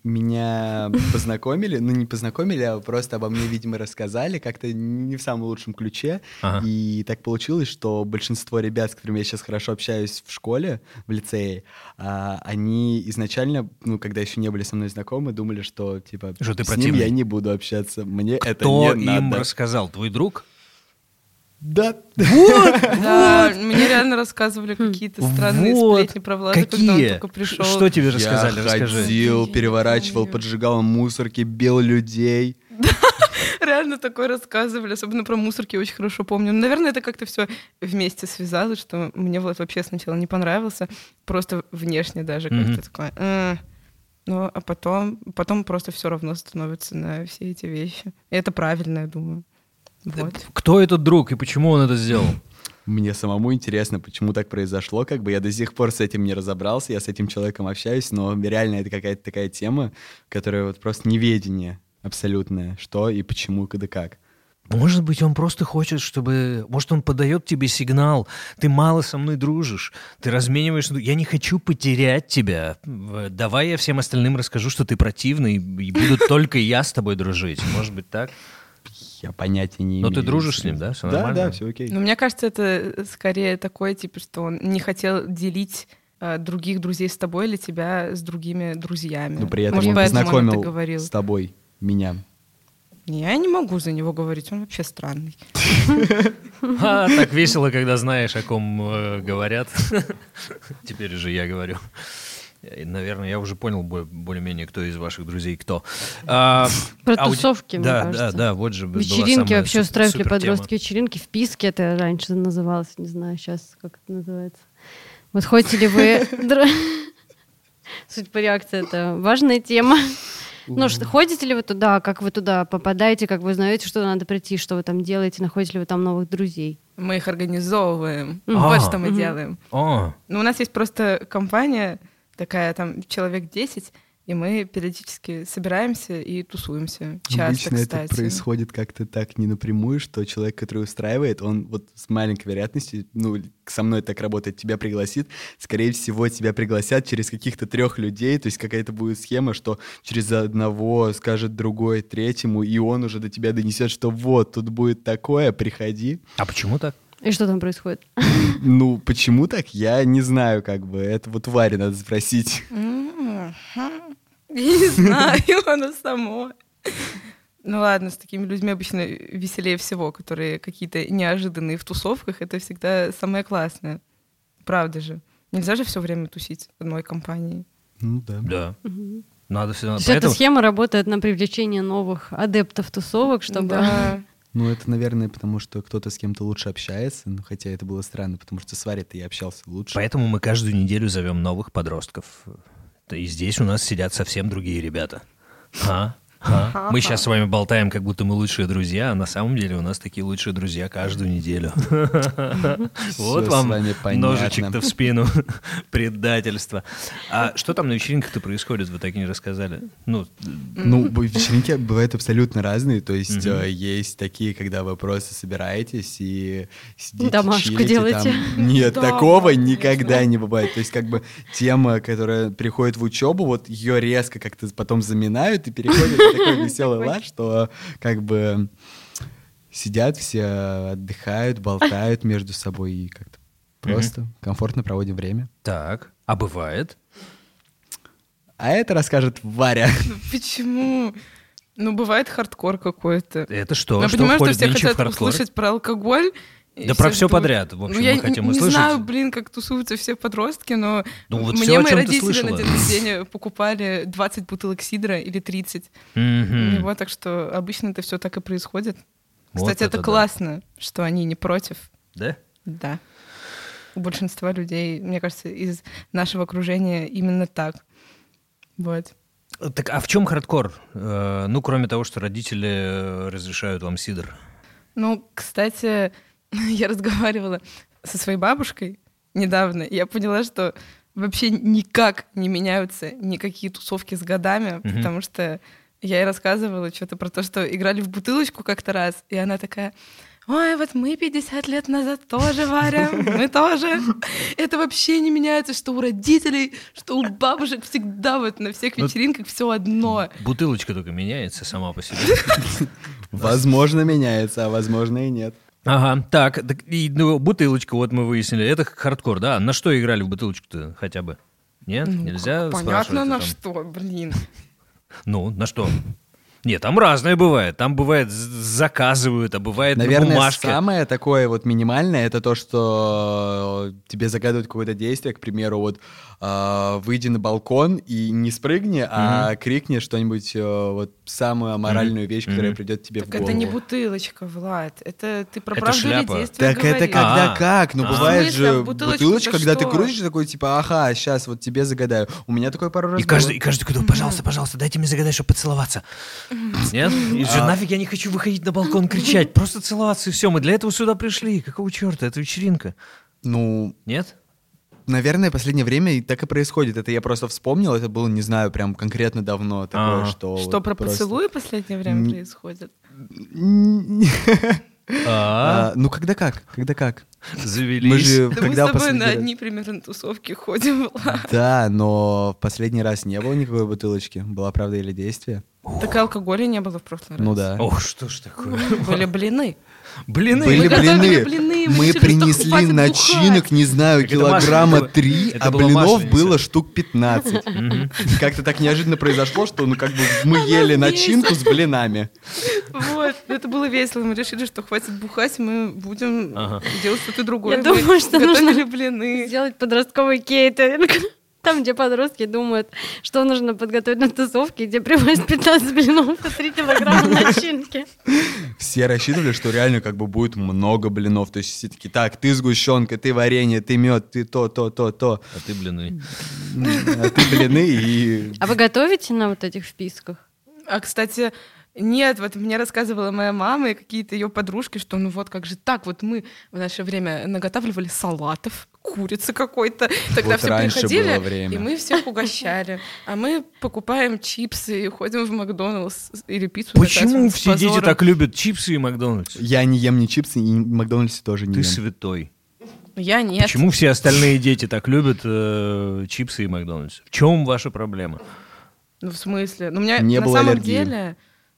меня познакомили, ну не познакомили, а просто обо мне, видимо, рассказали, как-то не в самом лучшем ключе. Ага. И так получилось, что большинство ребят, с которыми я сейчас хорошо общаюсь в школе, в лицее, они изначально, ну, когда еще не были со мной знакомы, думали, что, типа, что ты с противный. ним я не буду общаться, мне Кто это не надо. Кто им рассказал? Твой друг? Да. Вот, да, мне реально рассказывали какие-то странные вот. сплетни про Влада, Какие? когда он только пришел. Что тебе рассказали? Я Расскажи. ходил, переворачивал, поджигал мусорки, бил людей. Реально такое рассказывали, особенно про мусорки, очень хорошо помню. Наверное, это как-то все вместе связалось, что мне Влад вообще сначала не понравился, просто внешне даже как-то mm-hmm. такое. Э-э. Ну, а потом, потом просто все равно становится на все эти вещи. И это правильно, я думаю. Вот. Кто этот друг и почему он это сделал? Мне самому интересно, почему так произошло. Как бы я до сих пор с этим не разобрался, я с этим человеком общаюсь, но реально это какая-то такая тема, которая вот просто неведение абсолютное, что и почему, когда как. Может быть, он просто хочет, чтобы... Может, он подает тебе сигнал. Ты мало со мной дружишь. Ты размениваешь... Я не хочу потерять тебя. Давай я всем остальным расскажу, что ты противный, и буду только я с тобой дружить. Может быть, так? Я понятия не имею. Но ты дружишь с ним, да? Все да, нормально? Да, все окей. Но мне кажется, это скорее такое, типа, что он не хотел делить а, других друзей с тобой или тебя с другими друзьями. Но при этом Может, он познакомил он говорил. с тобой меня. Я не могу за него говорить, он вообще странный. А, так весело, когда знаешь, о ком э, говорят. Теперь же я говорю. Наверное, я уже понял более-менее, кто из ваших друзей кто. А, Про а тусовки, у... мне да, кажется. Да, да, вот же вечеринки вообще супер, устраивали супер подростки, тема. вечеринки. Вписки это раньше называлось, не знаю сейчас, как это называется. Вот ходите ли вы... Суть по реакции — это важная тема. Ну, что, ходите ли вы туда, как вы туда попадаете, как вы знаете, что надо прийти, что вы там делаете, находите ли вы там новых друзей? Мы их организовываем. А, вот что мы угу. делаем. А. Ну, у нас есть просто компания, такая там человек десять, и мы периодически собираемся и тусуемся. Часто, Обычно кстати. это происходит как-то так не напрямую, что человек, который устраивает, он вот с маленькой вероятностью, ну, со мной так работает, тебя пригласит, скорее всего, тебя пригласят через каких-то трех людей, то есть какая-то будет схема, что через одного скажет другой третьему, и он уже до тебя донесет, что вот, тут будет такое, приходи. А почему так? И что там происходит? Ну, почему так, я не знаю, как бы, это вот Варе надо спросить. Я не знаю, она сама. Ну ладно, с такими людьми обычно веселее всего, которые какие-то неожиданные в тусовках, это всегда самое классное. Правда же. Нельзя же все время тусить в одной компании. Ну да. Да. Угу. Надо всегда... То есть Поэтому... эта схема работает на привлечение новых адептов тусовок, чтобы... Да. Ну, это, наверное, потому что кто-то с кем-то лучше общается, ну, хотя это было странно, потому что с Варей-то я общался лучше. Поэтому мы каждую неделю зовем новых подростков. И здесь у нас сидят совсем другие ребята. А? А? Мы сейчас с вами болтаем, как будто мы лучшие друзья, а на самом деле у нас такие лучшие друзья каждую неделю. Вот вам ножичек-то в спину. Предательство. А что там на вечеринках-то происходит, вы так и не рассказали? Ну, ну вечеринки бывают абсолютно разные. То есть есть такие, когда вы просто собираетесь и сидите, домашку делаете. Нет, такого никогда не бывает. То есть как бы тема, которая приходит в учебу, вот ее резко как-то потом заминают и переходят в такой веселый лад, что как бы сидят все, отдыхают, болтают между собой и как-то просто комфортно проводим время. Так, а бывает? А это расскажет Варя. Почему? Ну, бывает хардкор какой-то. Это что? Я что понимаю, входит что все нынче в хотят хардкор? услышать про алкоголь. Да про все думают... подряд, в общем, ну, мы хотим не услышать. Я не знаю, блин, как тусуются все подростки, но ну, вот мне все, мои родители слышала. на день рождения покупали двадцать бутылок сидра или тридцать. Mm-hmm. Вот, так что обычно это все так и происходит. Вот Кстати, это, это классно, да. что они не против. Да? Да. У большинства людей, мне кажется, из нашего окружения именно так. Вот. Так, а в чем хардкор? Э, ну, кроме того, что родители разрешают вам сидр. Ну, кстати, я разговаривала со своей бабушкой недавно, и я поняла, что вообще никак не меняются никакие тусовки с годами, mm-hmm. потому что я ей рассказывала что-то про то, что играли в бутылочку как-то раз, и она такая: ой, вот мы пятьдесят лет назад тоже варим, мы тоже. Это вообще не меняется, что у родителей, что у бабушек всегда вот на всех вечеринках все одно. Бутылочка только меняется сама по себе. Возможно, меняется, а возможно и нет. Ага, так, так и, ну, бутылочку вот мы выяснили. Это хардкор, да? На что играли в бутылочку-то хотя бы? Нет? Ну, Нельзя как, спрашивать? понятно, на там? что, блин. Ну, на что? Нет, там разное бывает. Там бывает з- заказывают, а бывает Наверное, на бумажке. самое такое вот минимальное, это то, что тебе загадывают какое-то действие, к примеру, вот э, выйди на балкон и не спрыгни, а крикни что-нибудь, э, вот самую аморальную вещь, которая Мгм. придет тебе в Так голову. это не бутылочка, Влад. Это ты про Это правду или шляпа. действие Так это говоришь. когда А. как? Ну, А. бывает В смысле, же а бутылочку-то бутылочка, когда ты что? крутишь, такой, типа, ага, сейчас вот тебе загадаю. У меня такое пару раз И каждый, и было. каждый такой, пожалуйста, пожалуйста, дайте мне загадать, чтобы поцеловаться. Нет? И же нафиг я не хочу выходить на балкон кричать, просто целоваться и все. Мы для этого сюда пришли. Какого черта? Это вечеринка. Ну, Нет? наверное, в последнее время и так и происходит. Это я просто вспомнил, это было, не знаю, прям конкретно давно такое, Ага. что... Что, вот про просто- поцелуи в последнее время М. происходит? А, А, Ну, когда как? Когда как? Мы завелись. же Да мы когда с в тобой последний на раз- одни примерно тусовки ходим, Влад. Да, но в последний раз не было никакой бутылочки. Была правда или действие? Так и алкоголя не было в прошлый раз. Ну да. Ох, что ж такое. Были блины. Блины. Были Мы готовили блины. блины, мы Мы решили, что принесли хватит начинок, не знаю, Так это Маша килограмма была- три, это а была блинов Масленица. было штук пятнадцать. Мгм. Как-то так неожиданно произошло, что ну как бы мы Она ели весит. начинку с блинами. Вот, это было весело. Мы решили, что хватит бухать, мы будем Ага. делать что-то другое. Я Мы думаю, что готовили нужно блины. Сделать подростковый кейтеринг. Там, где подростки думают, что нужно подготовить на тусовке, где привозят пятнадцать блинов и три килограмма начинки. Все рассчитывали, что реально как бы будет много блинов. То есть все такие, так, ты сгущенка, ты варенье, ты мед, ты то, то, то, то. А ты блины. А ты блины и... А вы готовите на вот этих вписках? А, кстати, нет, вот мне рассказывала моя мама и какие-то ее подружки, что ну вот как же так, вот мы в наше время наготавливали салатов, курицы какой-то, тогда Вот все раньше приходили, было время. и мы всех угощали. А мы покупаем чипсы и ходим в Макдоналдс или пиццу. Почему заказываем с все дети позором. так любят чипсы и Макдональдс? Я не ем ни чипсы, и в Макдональдсе тоже не Ты ем. святой. Я нет. Почему все остальные дети так любят э, чипсы и Макдональдс? В чем ваша проблема? Ну, в смысле? Ну, у меня Не на было самом аллергии. деле...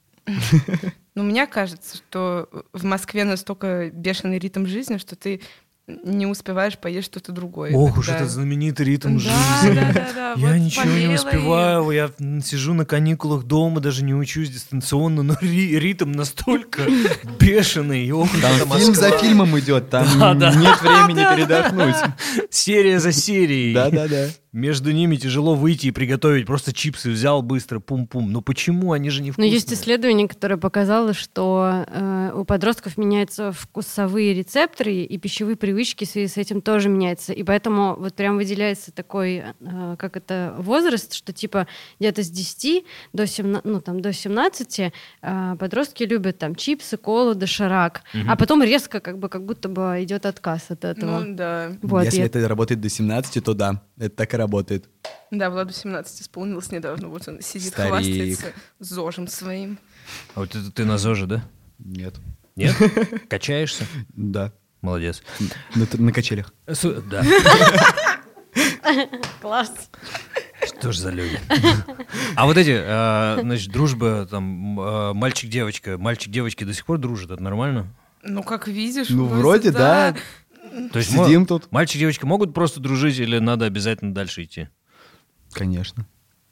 Ну, мне кажется, что в Москве настолько бешеный ритм жизни, что ты не успеваешь поесть что-то другое. Ох уж Когда- этот знаменитый ритм Да, жизни. да, да, да, Я вот ничего не болела и- успеваю, я м, сижу на каникулах дома, даже не учусь дистанционно, но ри- ритм настолько бешеный. Ох, Там это фильм Москва. за фильмом идет, там Да, да. нет времени передохнуть. Серия за серией. Да-да-да. Между ними тяжело выйти и приготовить. Просто чипсы взял быстро, пум-пум. Но почему они же не Но вкусные? есть исследование, которое показало, что э, у подростков меняются вкусовые рецепторы, и пищевые привычки в связи с этим тоже меняются. И поэтому вот прям выделяется такой, э, как это, возраст, что типа где-то с десяти до, семнадцати, ну, там, до семнадцати э, подростки любят там чипсы, колу, доширак. Мгм. А потом резко как бы как будто бы идет отказ от этого. Ну, да. Вот, Если и это работает до семнадцати, то да, это так и работает. Да, Владу семнадцать исполнилось недавно. Вот он сидит, Старик. хвастается зожем своим. А вот это ты на ЗОЖе, да? Нет. Нет? Качаешься? Да. Молодец. На, на качелях. Су- Да. класс. Что ж за люди? А вот эти, э, значит, дружба, там, э, мальчик-девочка, мальчик-девочки до сих пор дружат, это нормально? Ну, как видишь... Ну, вроде вроде да. То есть Сидим мо- тут. мальчик-девочка могут просто дружить или надо обязательно дальше идти? Конечно.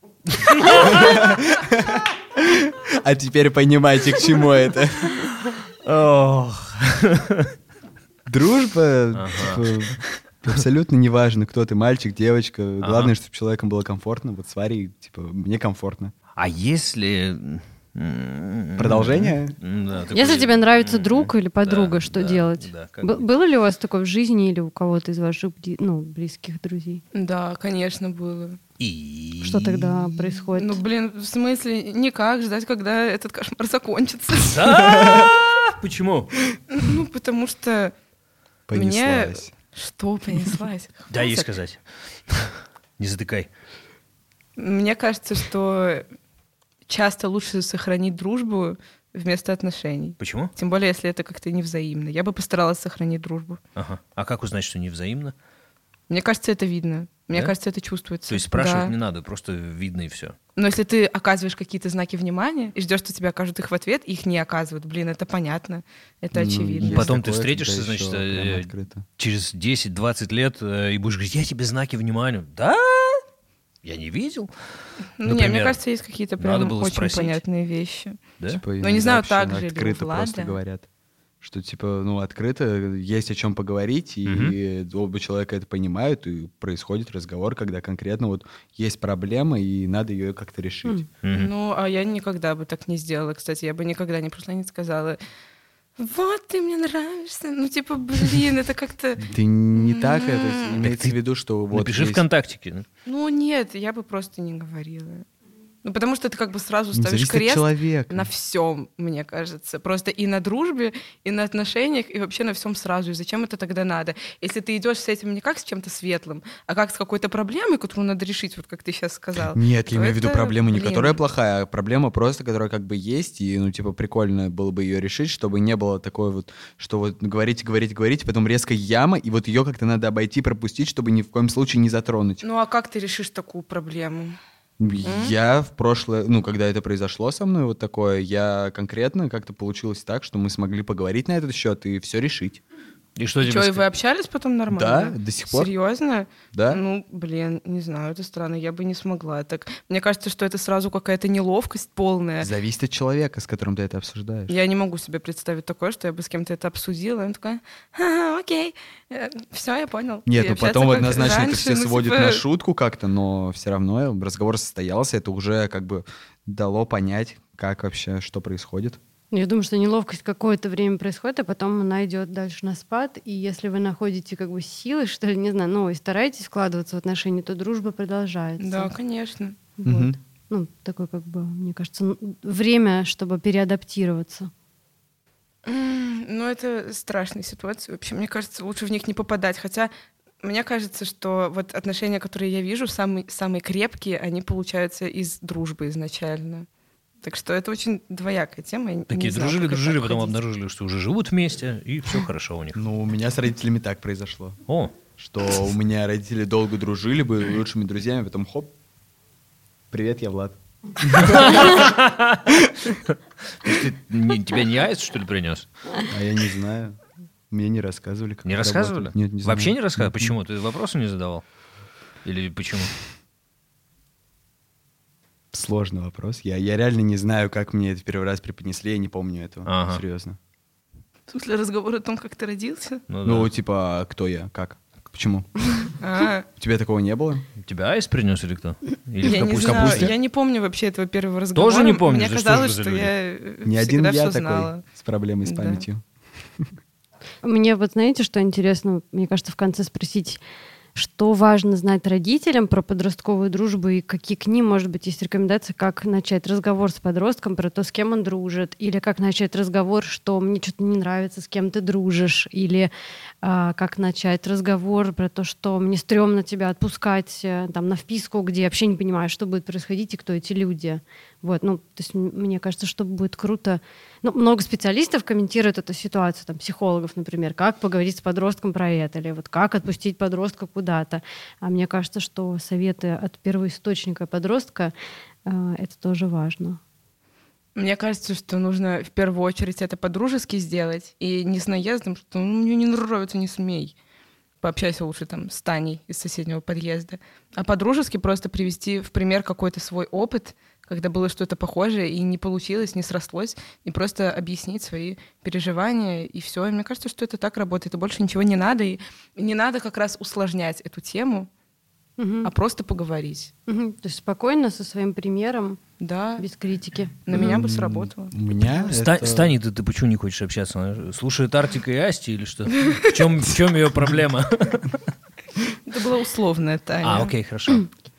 А теперь понимаете, к чему это. Дружба, типа, абсолютно неважно, кто ты, мальчик, девочка. Главное, чтобы человеком было комфортно. Вот с Варей, типа, мне комфортно. А если... Продолжение? Да, такой- Если тебе нравится друг или подруга, Да, что да, делать? да, как Б- быть? Было ли у вас такое в жизни или у кого-то из ваших бли- ну, близких друзей? Да, конечно, было. И... Что тогда происходит? Ну, блин, в смысле, никак ждать, когда этот кошмар закончится. Да! Почему? Ну, потому что мне... Понеслась. Что понеслась? Дай ей Хватит. сказать. Не затыкай. Мне кажется, что часто лучше сохранить дружбу вместо отношений. Почему? Тем более, если это как-то невзаимно. Я бы постаралась сохранить дружбу. Ага. А как узнать, что невзаимно? Мне кажется, это видно. Мне Да? кажется, это чувствуется. То есть спрашивать Да. не надо, просто видно и все. Но если ты оказываешь какие-то знаки внимания и ждешь, что тебе окажут их в ответ, их не оказывают. Блин, это понятно. Это Ну, очевидно. есть Потом ты такое, встретишься, когда значит, ещё прям э, открыто. через десять-двадцать лет э, и будешь говорить, я тебе знаки внимания. Да? Я не видел. Ну, не, Например, мне кажется, есть какие-то надо прям было очень спросить. понятные вещи. Да? Типа, Ну, не иногда знаю, вообще так же ли у открыто просто Влада. говорят. Что, типа, ну, открыто, есть о чем поговорить, и оба человека это понимают, и происходит разговор, когда конкретно вот есть проблема, и надо ее как-то решить. Мгм. Ну, а я никогда бы так не сделала, кстати. Я бы никогда не пришла и не сказала, вот, ты мне нравишься. Ну, типа, блин, это как-то... Ты не так, это М. имеется в виду, что вот Напиши есть- ВКонтактике. Ну, нет, я бы просто не говорила. Ну, потому что ты как бы сразу Не ставишь зависит от крест человека. на всем, мне кажется. Просто и на дружбе, и на отношениях, и вообще на всем сразу. И зачем это тогда надо? Если ты идешь с этим не как с чем-то светлым, а как с какой-то проблемой, которую надо решить, вот как ты сейчас сказал. Нет, то я имею в виду это, проблему не блин. которая плохая, а проблема просто, которая как бы есть, и, ну, типа, прикольно было бы ее решить, чтобы не было такой вот, что вот говорить, говорить, говорить, потом резко яма, и вот ее как-то надо обойти, пропустить, чтобы ни в коем случае не затронуть. Ну, а как ты решишь такую проблему? Я в прошлое, ну, когда это произошло со мной, вот такое, я конкретно как-то получилось так, что мы смогли поговорить на этот счет и все решить. И что тебе Что, и сказать? вы общались потом Да, нормально? до сих пор. Серьезно? Да. Ну, блин, не знаю, это странно, я бы не смогла. Так, мне кажется, что это сразу какая-то неловкость полная. Зависит от человека, с которым ты это обсуждаешь. Я не могу себе представить такое, что я бы с кем-то это обсудила. И он такой, ага, окей, все, я понял. Нет, И ну общаться потом как однозначно это раньше, все ну, сводит типа, на шутку как-то, но все равно разговор состоялся, это уже как бы дало понять, как вообще, что происходит. Я думаю, что неловкость какое-то время происходит, а потом она идет дальше на спад. И если вы находите как бы силы, что ли, не знаю, ну и стараетесь вкладываться в отношения, то дружба продолжается. Да, конечно. Вот. Мгм. Ну, такое, как бы, мне кажется, н- время, чтобы переадаптироваться. М, Ну, это страшные ситуации. Вообще, мне кажется, лучше в них не попадать. Хотя мне кажется, что вот отношения, которые я вижу, самые, самые крепкие, они получаются из дружбы изначально. Так что это очень двоякая тема. я не Такие знаю, дружили, как это дружили, потом обходить. обнаружили, что уже живут вместе, и все хорошо у них. Ну, у меня с родителями так произошло, О, что у меня родители долго дружили, были лучшими друзьями, потом хоп, привет, я Влад. то есть ты, не- тебя не Аист, что ли, принес? А я не знаю, мне не рассказывали, как Не это рассказывали? работает. Нет, не знаю. Вообще не рассказывали? Мгм. Почему? Ты вопросы не задавал? Или почему? Сложный вопрос. Я, я реально не знаю, как мне это первый раз преподнесли, я не помню этого, Ага. серьезно. В смысле, разговор о том, как ты родился? Ну, Ну, да. типа, а кто я, как, почему? А, У тебя такого не было? Тебя Аист принес или кто? Или я в не капусте? знаю, капусте? я не помню вообще этого первого разговора. Тоже не помнишь? Мне Да что же казалось, вы за что люди? я э, Не один всегда я все такой знала. с проблемой с Да. памятью. Мне вот знаете, что интересно, мне кажется, в конце спросить, что важно знать родителям про подростковую дружбу и какие к ним, может быть, есть рекомендации, как начать разговор с подростком про то, с кем он дружит, или как начать разговор, что мне что-то не нравится, с кем ты дружишь, или а, как начать разговор про то, что мне стрёмно тебя отпускать э, там на вписку, где я вообще не понимаю, что будет происходить и кто эти люди. Вот, ну, то есть м- мне кажется, что будет круто. Ну, много специалистов комментируют эту ситуацию, там, психологов, например, как поговорить с подростком про это, или вот как отпустить подростка куда-то. А мне кажется, что советы от первоисточника подростка э, это тоже важно. Мне кажется, что нужно в первую очередь это по-дружески сделать, и не с наездом, что ну, мне не нравится, не смей. Пообщайся лучше там с Таней из соседнего подъезда. А по-дружески просто привести в пример какой-то свой опыт, когда было что-то похожее и не получилось, не срослось, и просто объяснить свои переживания, и все. И мне кажется, что это так работает, и больше ничего не надо, и не надо как раз усложнять эту тему, Мгм. а просто поговорить. Мгм. То есть спокойно, со своим примером, Да, без критики. на меня бы сработало. У меня Ста- это- С Таней ты, ты почему не хочешь общаться? Она слушает Артика и Асти или что? В чем, в чем ее проблема? Это была условная Таня. А, окей, хорошо.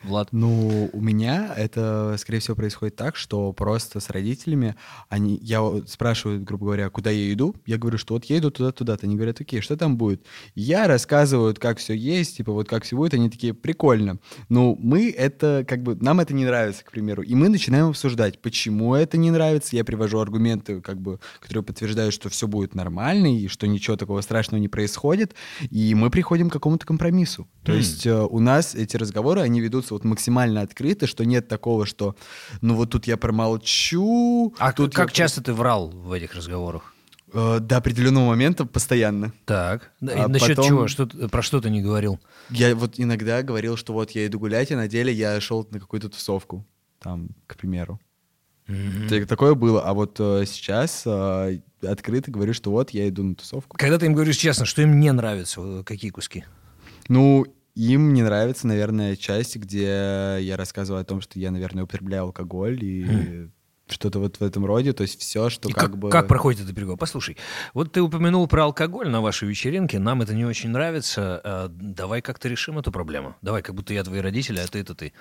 Влад? Ну, у меня это, скорее всего, происходит так, что просто с родителями они, я вот спрашиваю, грубо говоря, куда я иду, я говорю, что вот я иду туда-туда-то, они говорят, окей, что там будет? Я рассказываю, как все есть, типа вот как все будет, они такие, прикольно. Ну, мы это, как бы, нам это не нравится, к примеру, и мы начинаем обсуждать, почему это не нравится, я привожу аргументы, как бы, которые подтверждают, что все будет нормально, и что ничего такого страшного не происходит, и мы приходим к какому-то компромиссу. То mm. есть э, у нас эти разговоры, они ведутся вот максимально открыто, что нет такого, что ну вот тут я промолчу. А тут как я... часто ты врал в этих разговорах? Э, до определенного момента постоянно. Так, а насчет потом... чего? Что, про что ты не говорил? Я вот иногда говорил, что вот я иду гулять, а на деле я шел на какую-то тусовку, там, к примеру. Mm-hmm. Такое было, а вот э, сейчас э, открыто говорю, что вот я иду на тусовку. Когда ты им говоришь честно, что им не нравится, какие куски? Ну, им не нравится, наверное, часть, где я рассказываю о том, что я, наверное, употребляю алкоголь и mm. что-то вот в этом роде, то есть все, что и как, как бы... Как проходит этот переговор? Послушай, вот ты упомянул про алкоголь на вашей вечеринке, нам это не очень нравится, а давай как-то решим эту проблему. Давай, как будто я твои родители, а ты это ты.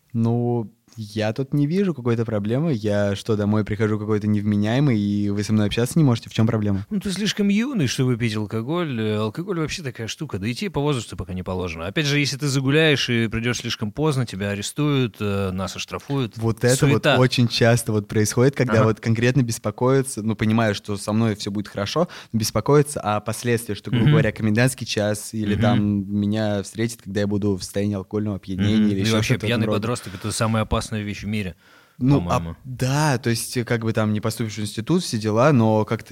Ну, я тут не вижу какой-то проблемы. Я что, домой прихожу какой-то невменяемый, и вы со мной общаться не можете? В чем проблема? Ну, ты слишком юный, чтобы пить алкоголь. Алкоголь вообще такая штука. Да и тебе по возрасту пока не положено. Опять же, если ты загуляешь и придешь слишком поздно, тебя арестуют, нас оштрафуют. Вот это Суета. вот очень часто вот происходит, когда ага. вот конкретно беспокоятся, ну, понимаю, что со мной все будет хорошо, но беспокоятся о последствиях, что, грубо mm-hmm. говоря, комендантский час, или mm-hmm. там меня встретят, когда я буду в состоянии алкогольного опьянения, mm-hmm. или и еще вообще что-то. Пьяный подросток — это самая опасная вещь в мире. Ну, а, да, то есть как бы там не поступишь в институт, все дела, но как-то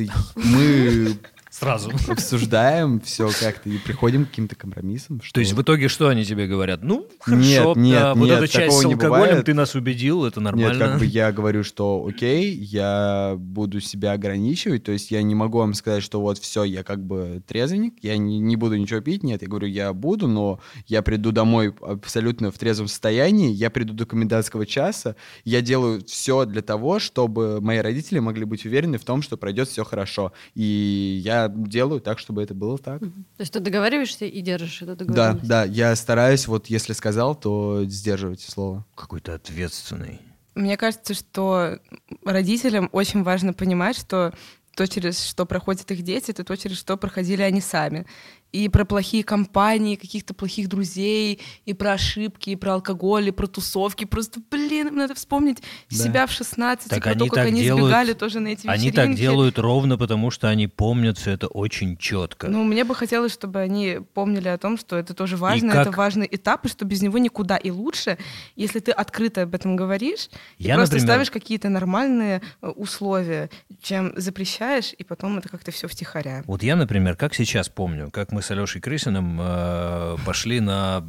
мы сразу обсуждаем все как-то и приходим к каким-то компромиссам. Что... То есть в итоге что они тебе говорят? Ну, хорошо, нет, нет, да, нет, вот эту часть с алкоголем не ты нас убедил, это нормально. Нет, как бы я говорю, что окей, я буду себя ограничивать, то есть я не могу вам сказать, что вот все, я как бы трезвенник, я не, не буду ничего пить, нет, я говорю, я буду, но я приду домой абсолютно в трезвом состоянии, я приду до комендантского часа, я делаю все для того, чтобы мои родители могли быть уверены в том, что пройдет все хорошо, и я делаю так, чтобы это было так. То есть ты договариваешься и держишь эту договоренность? Да, да, я стараюсь, вот если сказал, то сдерживать слово. Какой-то ответственный. Мне кажется, что родителям очень важно понимать, что то, через что проходят их дети, это то, через что проходили они сами. И про плохие компании, каких-то плохих друзей, и про ошибки, и про алкоголь, и про тусовки. Просто, блин, им надо вспомнить да. себя в шестнадцать, так и про они то, как они делают, сбегали тоже на эти вечеринки. Они так делают ровно потому, что они помнят все это очень четко. Ну, мне бы хотелось, чтобы они помнили о том, что это тоже важно, как... это важный этап, и что без него никуда. И лучше, если ты открыто об этом говоришь, Я, и просто например... ставишь какие-то нормальные условия, чем запрещаешь, и потом это как-то все втихаря. Вот я, например, как сейчас помню, как мы с Алешей Крысиным э, пошли на...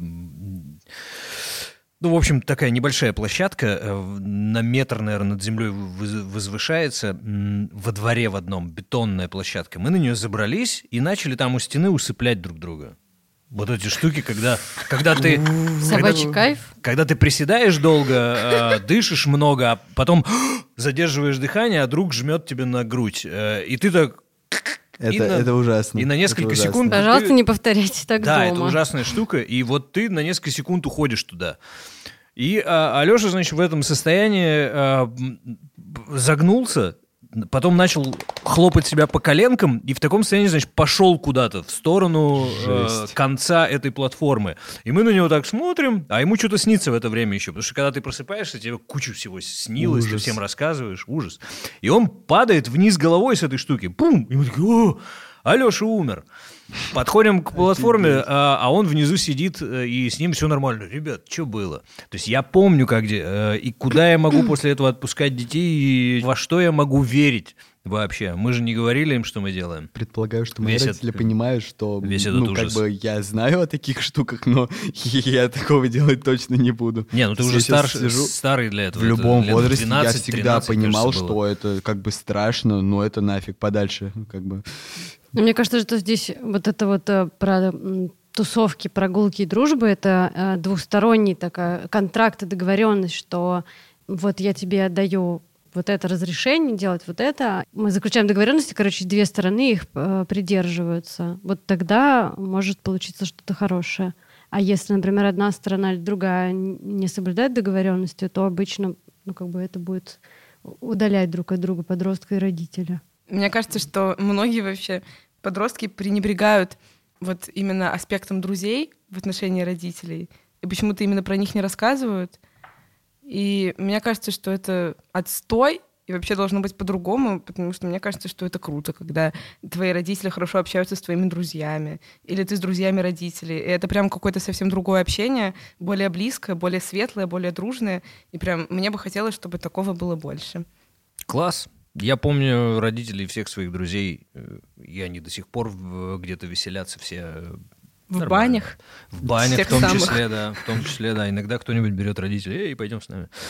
Ну, в общем, такая небольшая площадка, э, на метр, наверное, над землей возвышается, э, во дворе в одном, бетонная площадка. Мы на нее забрались и начали там у стены усыплять друг друга. Вот эти штуки, когда, когда ты... Собачий когда, кайф. Когда ты приседаешь долго, э, дышишь много, а потом задерживаешь дыхание, а друг жмет тебе на грудь. Э, и ты так... Это, и на, это ужасно. И на несколько это секунд... Пожалуйста, ты... не повторяйте так да, дома. Да, это ужасная штука, и вот ты на несколько секунд уходишь туда. И а, Алеша, значит, в этом состоянии а, загнулся, потом начал хлопать себя по коленкам, и в таком состоянии, значит, пошел куда-то в сторону э, конца этой платформы. И мы на него так смотрим, а ему что-то снится в это время еще, потому что когда ты просыпаешься, тебе кучу всего снилось, ужас. Ты всем рассказываешь, ужас. И он падает вниз головой с этой штуки, пум, и мы такие, о, Алеша умер. Подходим к платформе, а, а он внизу сидит, и с ним все нормально. Ребят, что было? То есть я помню, как где, и куда я могу после этого отпускать детей, и во что я могу верить вообще. Мы же не говорили им, что мы делаем. Предполагаю, что мои весь родители этот, понимают, что весь ну, этот ужас. Как бы я знаю о таких штуках, но я такого делать точно не буду. Не, ну ты я уже стар, старый для этого. В любом это возрасте двенадцать, я всегда понимал, кажется, что это как бы страшно, но это нафиг подальше, как бы. Но мне кажется, что здесь вот это вот про тусовки, прогулки и дружбы — это двухсторонний такой контракт и договоренность, что вот я тебе отдаю вот это разрешение делать вот это. Мы заключаем договоренности, короче, две стороны их придерживаются. Вот тогда может получиться что-то хорошее. А если, например, одна сторона или другая не соблюдает договоренности, то обычно, ну, как бы это будет удалять друг от друга подростка и родителя. Мне кажется, что многие вообще подростки пренебрегают вот именно аспектом друзей в отношении родителей, и почему-то именно про них не рассказывают. И мне кажется, что это отстой, и вообще должно быть по-другому, потому что мне кажется, что это круто, когда твои родители хорошо общаются с твоими друзьями, или ты с друзьями родителей. И это прям какое-то совсем другое общение, более близкое, более светлое, более дружное. И прям мне бы хотелось, чтобы такого было больше. Класс. Я помню родителей всех своих друзей, и они до сих пор где-то веселятся все. В Нормально. банях? В банях Тех в том самых. числе, да. В том числе, да. Иногда кто-нибудь берет родителей, эй, пойдем с нами.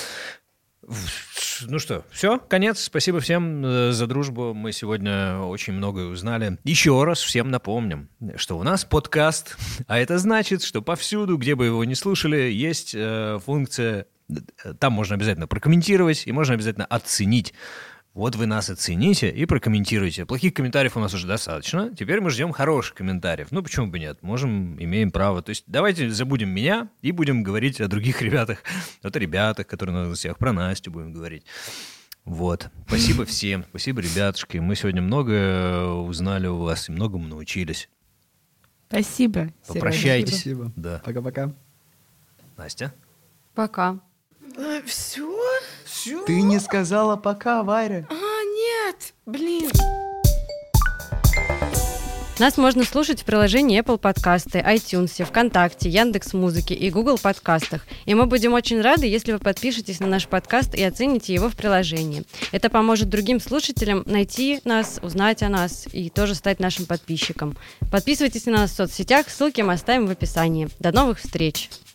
Ну что, все, конец. Спасибо всем за дружбу. Мы сегодня очень многое узнали. Еще раз всем напомним, что у нас подкаст, а это значит, что повсюду, где бы его ни слушали, есть э, функция, там можно обязательно прокомментировать и можно обязательно оценить. Вот вы нас оцените и прокомментируйте. Плохих комментариев у нас уже достаточно. Теперь мы ждем хороших комментариев. Ну, почему бы нет? Можем, имеем право. То есть давайте забудем меня и будем говорить о других ребятах. Вот о ребятах, которые на всех, про Настю будем говорить. Вот. Спасибо всем. Спасибо, ребятушки. Мы сегодня много узнали у вас и многому научились. Спасибо. Попрощайтесь. Спасибо. Да. Пока-пока. Настя? Пока. А, все? Все. Ты не сказала пока, Варя. А, нет, блин. Нас можно слушать в приложении Apple Подкасты, iTunes, ВКонтакте, Яндекс.Музыке и Google Подкастах. И мы будем очень рады, если вы подпишетесь на наш подкаст и оцените его в приложении. Это поможет другим слушателям найти нас, узнать о нас и тоже стать нашим подписчиком. Подписывайтесь на нас в соцсетях, ссылки мы оставим в описании. До новых встреч!